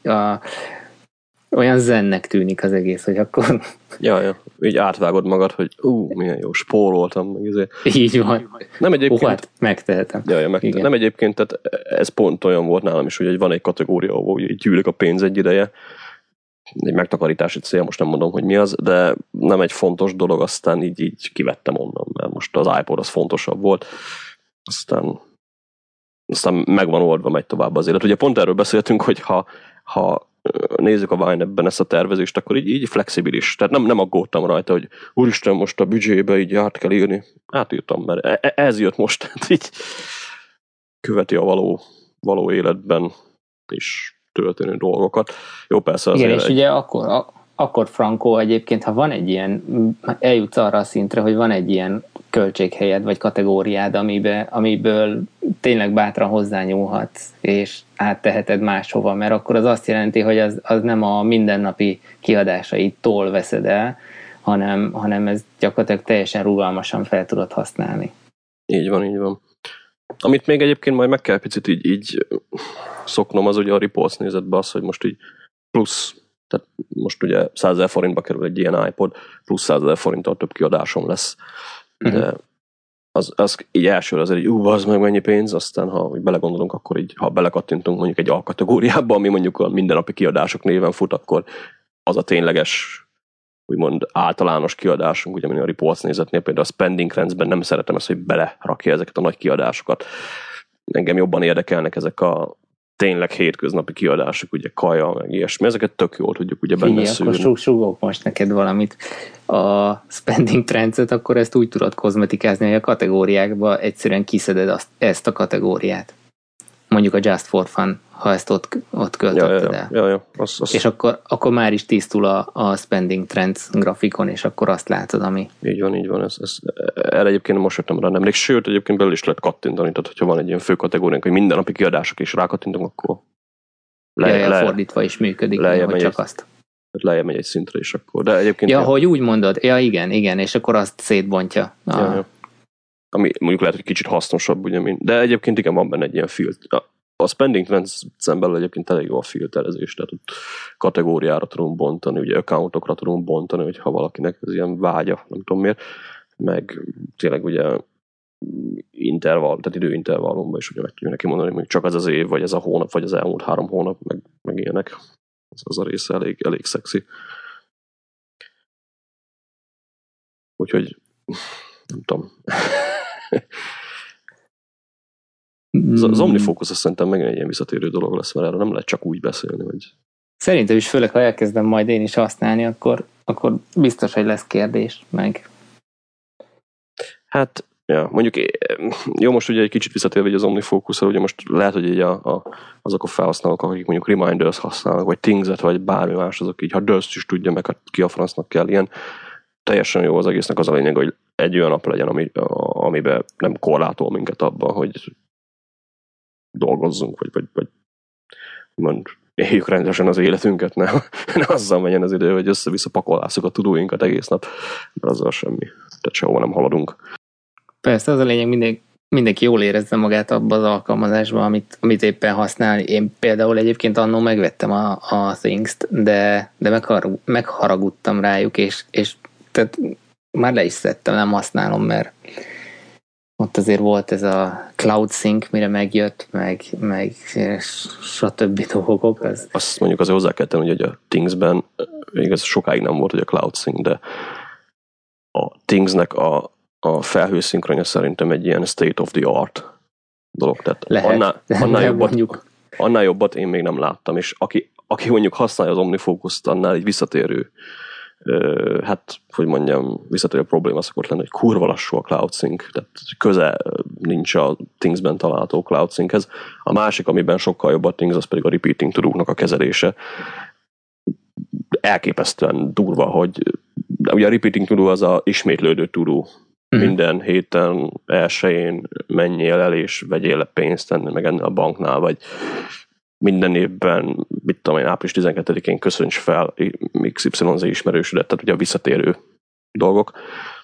Speaker 2: olyan zennek tűnik az egész, hogy akkor...
Speaker 1: Ja, így átvágod magad, hogy milyen jó, spóroltam meg ezért.
Speaker 2: Így van.
Speaker 1: Nem egyébként...
Speaker 2: Hát megtehetem.
Speaker 1: Nem egyébként, tehát ez pont olyan volt nálam is, hogy van egy kategória, ahol gyűlik a pénz egy ideje, egy megtakarítási cél, most nem mondom, hogy mi az, de nem egy fontos dolog, aztán így kivettem onnan, mert most az iPod az fontosabb volt, aztán megvan oldva, megy tovább az élet. Ugye pont erről beszéltünk, hogy ha nézzük a Wine-ben ezt a tervezést, akkor így flexibilis. Tehát nem aggódtam rajta, hogy úristen, most a büdzsébe így át kell írni. Átírtam, mert ez jött most, tehát így követi a való életben is történő dolgokat. Jó, persze
Speaker 2: azért. Igen, és ugye akkor Franco egyébként, ha van egy ilyen, eljutsz arra a szintre, hogy van egy ilyen költséghelyed, vagy kategóriád, amiből tényleg bátran hozzányúlhatsz, és átteheted máshova, mert akkor az azt jelenti, hogy az nem a mindennapi kiadásaitól veszed el, hanem ez gyakorlatilag teljesen rugalmasan fel tudod használni.
Speaker 1: Így van. Amit még egyébként majd meg kell picit így szoknom, az ugye a reports nézetbe az, hogy most így plusz, tehát most ugye 100 000 forintba kerül egy ilyen iPod, plusz 100 000 forinttal több kiadásom lesz. De az így elsőre azért így, az meg mennyi pénz, aztán ha belegondolunk, akkor így, ha belekattintunk mondjuk egy alkategóriába, ami mondjuk a mindennapi kiadások néven fut, akkor az a tényleges, úgymond általános kiadásunk, ugye a reports nézetnél, például a spending trends-ben nem szeretem ezt, hogy belerakja ezeket a nagy kiadásokat. Engem jobban érdekelnek ezek a tényleg hétköznapi kiadások, ugye kaja, meg ilyesmi, ezeket tök jól tudjuk ugye benne szűrni.
Speaker 2: Akkor súgok most neked valamit. A spending trends-et, akkor ezt úgy tudod kozmetikázni, hogy a kategóriákba egyszerűen kiszeded ezt a kategóriát. Mondjuk a Just for Fun, ha ezt ott költötted el.
Speaker 1: Ja.
Speaker 2: És akkor már is tisztul a spending trends grafikon, és akkor azt látod, ami...
Speaker 1: Így van. Erre egyébként most jöttem rá nemrég, sőt, egyébként belül is lehet kattintani, tehát hogyha van egy ilyen fő kategóriánk, hogy mindennapi kiadások is rákattintunk, akkor
Speaker 2: fordítva is működik, hogy csak azt.
Speaker 1: Lejjebb megy egy szintre is akkor. De egyébként...
Speaker 2: hogy úgy mondod, igen, és akkor azt szétbontja.
Speaker 1: Ja. Ami mondjuk lehet, hogy kicsit hasznosabb, ugye, de egyébként igen, van benne egy ilyen filter. A spending trends-en belül egyébként elég jó a filterezés, tehát ott kategóriára tudunk bontani, ugye accountokra tudunk bontani, hogyha valakinek ez ilyen vágya, nem tudom miért, meg tényleg ugye tehát időintervallumban is ugye meg tudjuk neki mondani, hogy csak ez az év, vagy ez a hónap, vagy az elmúlt 3 hónap, meg ilyenek. Az a része elég szexi. Úgyhogy nem tudom. Az OmniFocus azt szerintem megint egy ilyen visszatérő dolog lesz, mert erről nem lehet csak úgy beszélni, hogy...
Speaker 2: Szerintem is, főleg ha elkezdem majd én is használni, akkor biztos, hogy lesz kérdés, meg...
Speaker 1: Hát, ja, mondjuk, jó, most ugye egy kicsit visszatérve az OmniFocus-ra, ugye most lehet, hogy így azok a felhasználók, akik mondjuk Reminders használnak, vagy Things-et, vagy bármi más, azok így, ha Dust is tudja, meg ki a francnak kell ilyen, teljesen jó az egésznek az a lényeg, hogy egy olyan nap legyen, amiben nem korlátol minket abban, hogy dolgozzunk, vagy mond, éljük rendesen az életünket, ne azzal menjen az idő, hogy össze-vissza pakolásszuk a tudóinkat egész nap, mert azzal semmi. Tehát sehova nem haladunk.
Speaker 2: Persze, az a lényeg, mindenki jól érezze magát abban az alkalmazásban, amit éppen használ. Én például egyébként annó megvettem a Things-t, de megharagudtam rájuk, és tehát már le is szedtem, nem használom, mert ott azért volt ez a CloudSync, mire megjött, meg stb. Dolgok.
Speaker 1: Azt mondjuk azért hozzá kell tenni, hogy a Things-ben igaz sokáig nem volt, hogy a CloudSync, de a Things-nek a felhőszinkronja szerintem egy ilyen state of the art dolog. Tehát
Speaker 2: lehet, annál
Speaker 1: jobban,
Speaker 2: mondjuk.
Speaker 1: Annál jobbat én még nem láttam, és aki mondjuk használja az OmniFocus-t, annál egy visszatérő visszatérő probléma szokott lenni, hogy kurva lassú a CloudSync, tehát köze nincs a Thingsben található CloudSynchez. A másik, amiben sokkal jobb a Things, az pedig a repeating to-do-knak a kezelése. Elképesztően durva, hogy ugye a repeating to-do az a ismétlődő to-do. Minden héten elsőjén menjél el és vegyél le pénzt tenni meg ennél a banknál, vagy minden évben, mit tudom én, április 12-én köszönts fel XYZ ismerősödet, tehát ugye a visszatérő dolgok.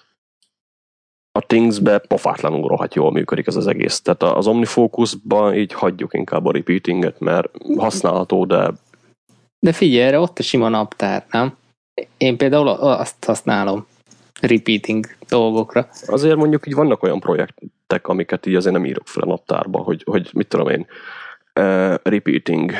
Speaker 1: A Thingsbe pofátlanul rohadt jól működik ez az egész. Tehát az OmniFocus-ban így hagyjuk inkább a repeatinget, mert használható, de...
Speaker 2: De figyelj, erre ott a sima naptár, nem? Én például azt használom repeating dolgokra.
Speaker 1: Azért mondjuk így vannak olyan projektek, amiket így azért nem írok fel a naptárba, hogy mit tudom én, repeating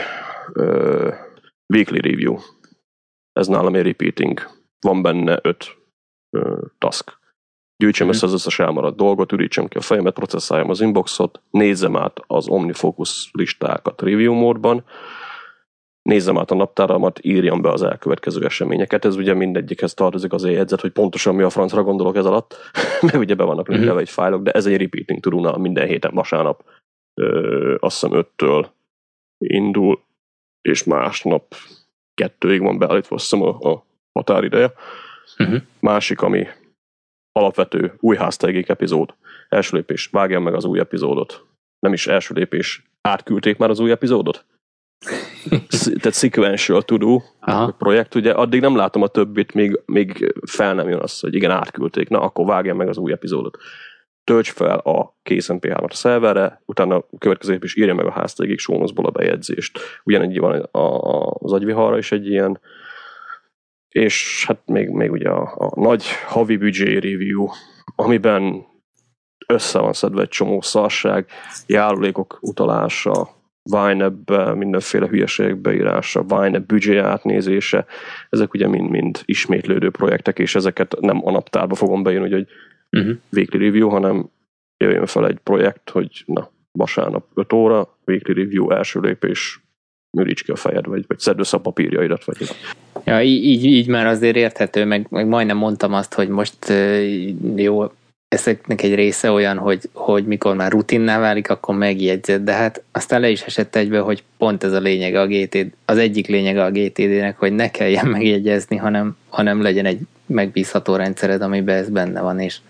Speaker 1: weekly review. Ez nálam egy repeating. Van benne 5 task. Gyűjtsem össze az összes elmaradt dolgot, ürítsem ki a fejemet, processzáljam az inboxot, nézzem át az OmniFocus listákat review módban, nézzem át a naptáramat, írjam be az elkövetkező eseményeket. Ez ugye mindegyikhez tartozik az jegyzet, hogy pontosan mi a francra gondolok ez alatt, meg ugye be vannak linkelve egy fájlok, de ez egy repeating to-do minden héten vasárnap, azt hiszem 5-től indul, és másnap 2-ig van beállítva, azt hiszem a határideje. Másik, ami alapvető új házteigék epizód. Első lépés, vágjam meg az új epizódot. Nem is első lépés, átküldték már az új epizódot? Tehát sequential to do projekt, ugye addig nem látom a többit, még fel nem jön az, hogy igen, átküldték, na akkor vágjam meg az új epizódot. Tölts fel a kész MP3-at a szerverre, utána a következő is írja meg a házteigék show notes-ból a bejegyzést. Ugyanígy van az agyviharra is egy ilyen, és hát még ugye a nagy havi budget review, amiben össze van szedve egy csomó szarság, járulékok utalása, YNAB-be, mindenféle hülyeségek beírása, YNAB budget átnézése, ezek ugye mind ismétlődő projektek, és ezeket nem a naptárba fogom beírni, hogy weekly review, hanem jöjjön fel egy projekt, hogy na, vasárnap 5 óra, weekly review, első lépés, műríts ki a fejed, vagy szedd össze a papírjaidat, vagy...
Speaker 2: Ja, így már azért érthető, meg majdnem mondtam azt, hogy most jó, ezeknek egy része olyan, hogy mikor már rutinná válik, akkor megjegyzed, de hát aztán le is esett egybe, hogy pont ez a lényege a GTD, az egyik lényege a GTD-nek, hogy ne kelljen megjegyezni, hanem legyen egy megbízható rendszered, amiben ez benne van, és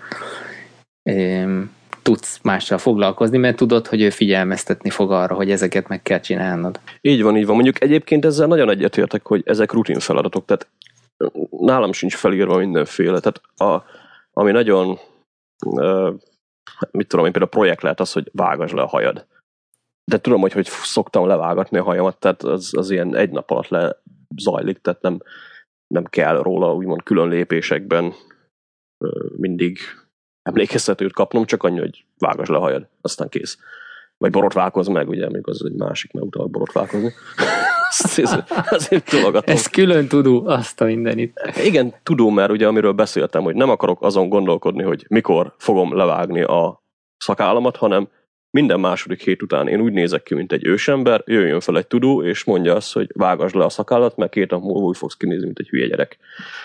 Speaker 2: tudsz mással foglalkozni, mert tudod, hogy ő figyelmeztetni fog arra, hogy ezeket meg kell csinálnod.
Speaker 1: Így van. Mondjuk egyébként ezzel nagyon egyetértek, hogy ezek rutin feladatok, tehát nálam sincs felírva mindenféle, tehát ami nagyon mit tudom én, például a projekt lehet az, hogy vágasd le a hajad. De tudom, hogy szoktam levágatni a hajamat, tehát az ilyen egy nap alatt lezajlik, tehát nem kell róla úgymond külön lépésekben mindig emlékeztetőt kapnom, csak annyi, hogy vágasd le a hajad, aztán kész. Vagy borotválkozz meg, ugye, amikor az egy másik, mert utalak borotválkozni. Azért tologatom.
Speaker 2: Ez külön tudó, azt a mindenit.
Speaker 1: Igen, tudom, mert ugye amiről beszéltem, hogy nem akarok azon gondolkodni, hogy mikor fogom levágni a szakállamat, hanem minden második hét után én úgy nézek ki, mint egy ősember, jöjjön fel egy tudó, és mondja azt, hogy vágasd le a szakállat, mert 2 nap múlva úgy fogsz kinézni, mint egy hülye gyerek.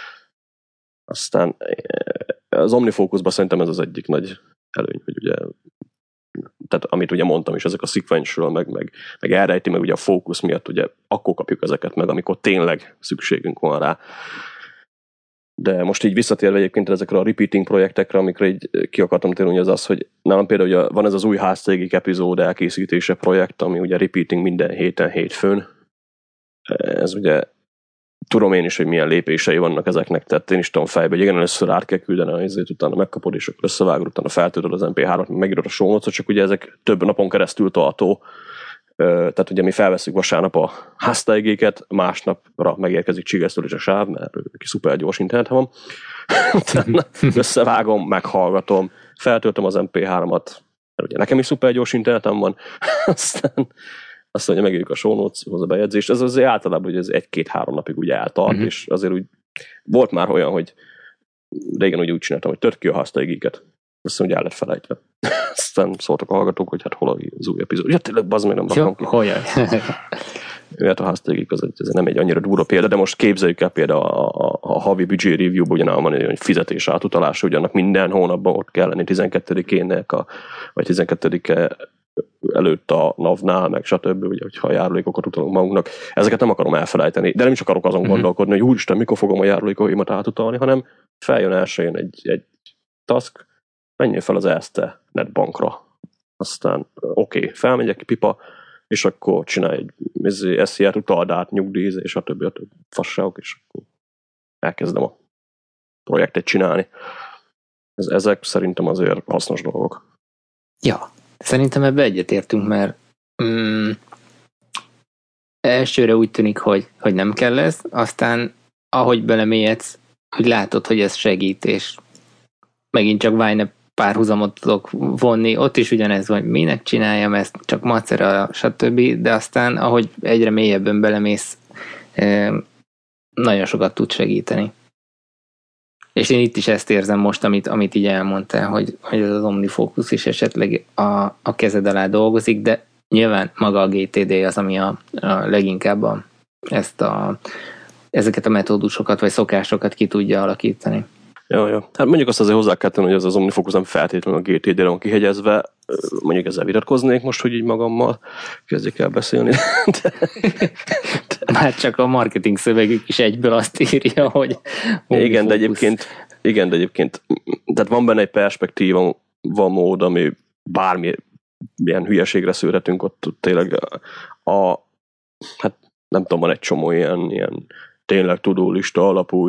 Speaker 1: Aztán az OmniFocusban szerintem ez az egyik nagy előny, hogy ugye, tehát amit ugye mondtam is, ezek a sequential, meg elrejti, meg ugye a fókusz miatt ugye akkor kapjuk ezeket meg, amikor tényleg szükségünk van rá. De most így visszatérve egyébként ezekre a repeating projektekre, amikre így ki akartam térni, az, hogy nálam például ugye van ez az új házteigék epizód elkészítése projekt, ami ugye repeating minden héten, hétfőn. Ez ugye tudom én is, hogy milyen lépései vannak ezeknek, tehát én is tudom fejbe, hogy igen, először át kell küldeni, ezért utána megkapod, és akkor összevágod, utána feltöltöd az MP3-ot, megírod a show notes-ot, csak ugye ezek több napon keresztül tartó. Tehát ugye mi felveszünk vasárnap a házteigéket, másnapra megérkezik Csigesztől és a sáv, mert neki szuper gyors internet van. Utána összevágom, meghallgatom, feltöltöm az MP3-at, mert ugye nekem is szuper gyors internetem van, aztán azt mondja, megírjuk a show notes-hoz a bejegyzést. Ez azért általában, hogy ez 1-2-3 napig úgy eltart, és azért úgy volt már olyan, hogy régen úgy csináltam, hogy tört ki a házteigéket. Aztán úgy el lett felejtve. Aztán szóltak a hallgatók, hogy hát hol az új epizód. Ja, tényleg, bazd meg, nem rakom ki.
Speaker 2: Hogyan?
Speaker 1: Hát a háztegik az nem egy annyira durva példa, de most képzeljük el például a havi budget review-ban ugyanál van, hogy fizetés átutalás, hogy annak minden hónapban ott kell lenni 12-ének, vagy 12 előtt a NAV-nál, meg stb., ugye, hogyha a járulékokat utalunk magunknak. Ezeket nem akarom elfelejteni, de nem is akarok azon gondolkodni, hogy úristen, mikor fogom a járulékaimat átutalni, hanem feljön elsőjén egy task, menjél fel az ESZTE netbankra. Aztán oké, felmegyek pipa, és akkor csinálj egy SZIR-t, utald át, nyugdíj, és a többi fasságok, és akkor elkezdem a projektet csinálni. Ezek szerintem azért hasznos dolgok.
Speaker 2: Ja, szerintem ebbe egyetértünk, mert elsőre úgy tűnik, hogy nem kell ez, aztán ahogy belemélyedsz, hogy látod, hogy ez segít, és megint csak Vine párhuzamot tudok vonni, ott is ugyanez van, minek csináljam ezt, csak macera, stb., de aztán ahogy egyre mélyebben belemész, nagyon sokat tud segíteni. És én itt is ezt érzem most, amit így elmondtál, hogy ez az OmniFocus is esetleg a kezed alá dolgozik, de nyilván maga a GTD az, ami a leginkább ezeket a metódusokat vagy szokásokat ki tudja alakítani.
Speaker 1: Ja. Hát mondjuk azt azért hozzá kell tenni, hogy ez az OmniFocus nem feltétlenül a GTD-re van kihegyezve. Mondjuk ezzel vitatkoznék most, hogy így magammal kezdjek el beszélni.
Speaker 2: Már csak a marketing szövegük is egyből azt írja, hogy
Speaker 1: igen, de egyébként tehát van benne egy perspektíva, van mód, ami bármi ilyen hülyeségre szőretünk, ott tényleg hát nem tudom, van egy csomó ilyen tényleg tudólista alapú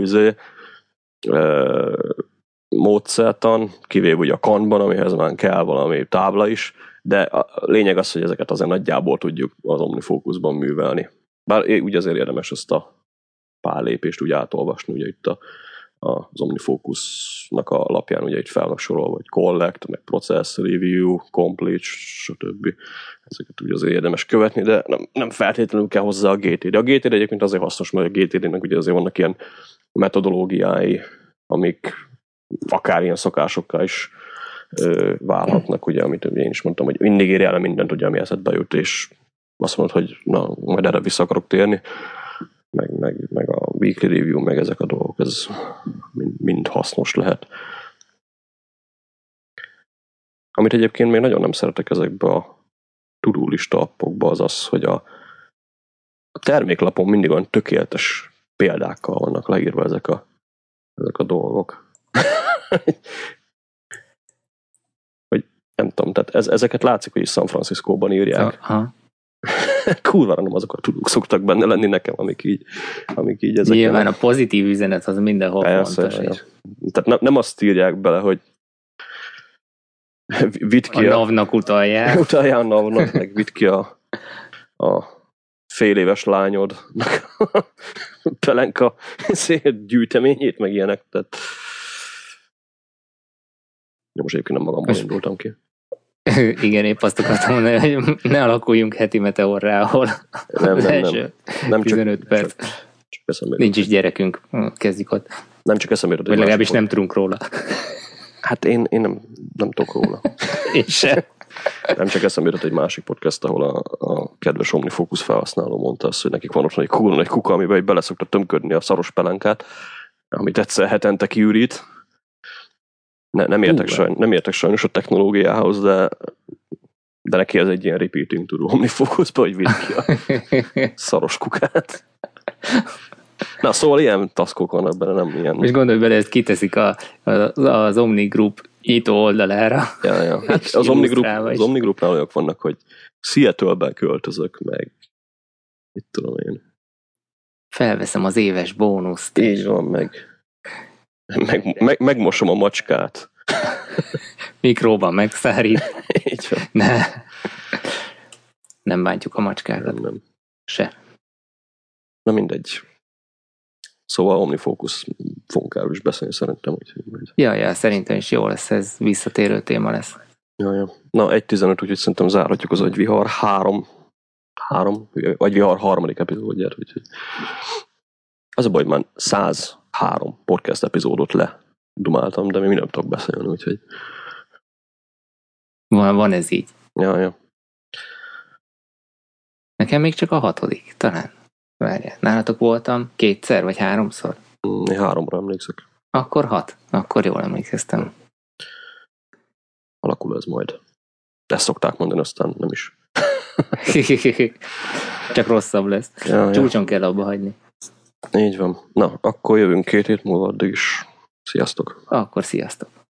Speaker 1: módszertan, kivéve ugye a Kanban, amihez már kell valami tábla is, de a lényeg az, hogy ezeket azért nagyjából tudjuk az OmniFocusban művelni. Bár úgy azért érdemes ezt a pár lépést úgy átolvasni, ugye itt az OmniFocusnak a lapján ugye itt fel van sorolva, hogy collect, meg process, review, complete, stb. Ezeket ugye azért érdemes követni, de nem feltétlenül kell hozzá a GTD. A GTD egyébként azért hasznos, mert a GTD-nek ugye azért vannak ilyen metodológiái, amik akár ilyen szokásokkal is válhatnak, ugye, amit én is mondtam, hogy mindig írjál le mindent, ugye, ami eszedbe jut, és azt mondod, hogy na, majd erre vissza akarok térni, meg a weekly review, meg ezek a dolgok, ez mind hasznos lehet. Amit egyébként még nagyon nem szeretek ezekbe a to-do-lista appokba, az az, hogy a terméklapon mindig olyan tökéletes példákkal vannak leírva ezek a dolgok. Hogy nem tudom, tehát ezeket látszik, hogy is San Franciscóban írják. Kurvára nem azok a tudók szoktak benne lenni nekem, amik így ezek.
Speaker 2: Nyilván a pozitív üzenet az mindenhol fontos.
Speaker 1: Ja. Tehát nem azt írják bele, hogy vidd ki
Speaker 2: a NAV-nak utaljál.
Speaker 1: Utaljál a NAV-nak, meg vidd ki a fél éves lányodnak pelenka gyűjteményét, meg ilyenek. Tehát most egyébként nem magamból indultam ki.
Speaker 2: Igen, épp azt akartam mondani, hogy ne alakuljunk heti meteorrá, ahol nem 15 perc. Csak nincs is gyerekünk, kezdjük ott.
Speaker 1: Nem csak eszembe jutott.
Speaker 2: Vagy legalábbis nem tudunk róla.
Speaker 1: Hát én nem tudok róla.
Speaker 2: Én sem.
Speaker 1: Nem csak eszembe jutott egy másik podcast, ahol a kedves OmniFocus felhasználó mondta azt, hogy nekik van ott egy kurva nagy kuka, amiben bele szokta tömködni a szaros pelenkát, amit egyszer hetente kiürít. Nem értek sajnos a technológiához, de neki ez egy ilyen repeating to OmniFocusba, hogy vidd ki a szaros kukát. Na, szóval ilyen taskok vannak benne, nem ilyen.
Speaker 2: És gondolj bele, ezt kiteszik az Omni Group ító oldalára.
Speaker 1: Ja. Hát az Omni Groupnál olyanok vannak, hogy Seattle-ben költözök meg. Mit tudom én.
Speaker 2: Felveszem az éves bónuszt.
Speaker 1: Így van, megmosom a macskát.
Speaker 2: Mikróban megszárít.
Speaker 1: Így van.
Speaker 2: Nem bántjuk a macskákat.
Speaker 1: Nem.
Speaker 2: Se.
Speaker 1: Na mindegy. Szóval OmniFocus fogunk erről is beszélni szerintem.
Speaker 2: Ja, szerintem is jó lesz, ez visszatérő téma lesz.
Speaker 1: Ja. Na, 1.15, úgyhogy szerintem zárhatjuk az Agyvihar 3 Agyvihar 3. epizódját. Úgyhogy az a baj, hogy már 103 podcast epizódot ledumáltam, de még nem tudok beszélni, úgyhogy
Speaker 2: Van ez így.
Speaker 1: Ja.
Speaker 2: Nekem még csak a 6. talán. Várjál, nálatok voltam 2-szer vagy 3-szor?
Speaker 1: Én 3-ra emlékszek.
Speaker 2: Akkor 6. Akkor jól emlékeztem.
Speaker 1: Alakul ez majd. Ezt szokták mondani, aztán nem is.
Speaker 2: Csak rosszabb lesz.
Speaker 1: Ja.
Speaker 2: Csúcson kell abba hagyni.
Speaker 1: Így van. Na, akkor jövünk 2 hét múlva, addig is. Sziasztok!
Speaker 2: Akkor sziasztok!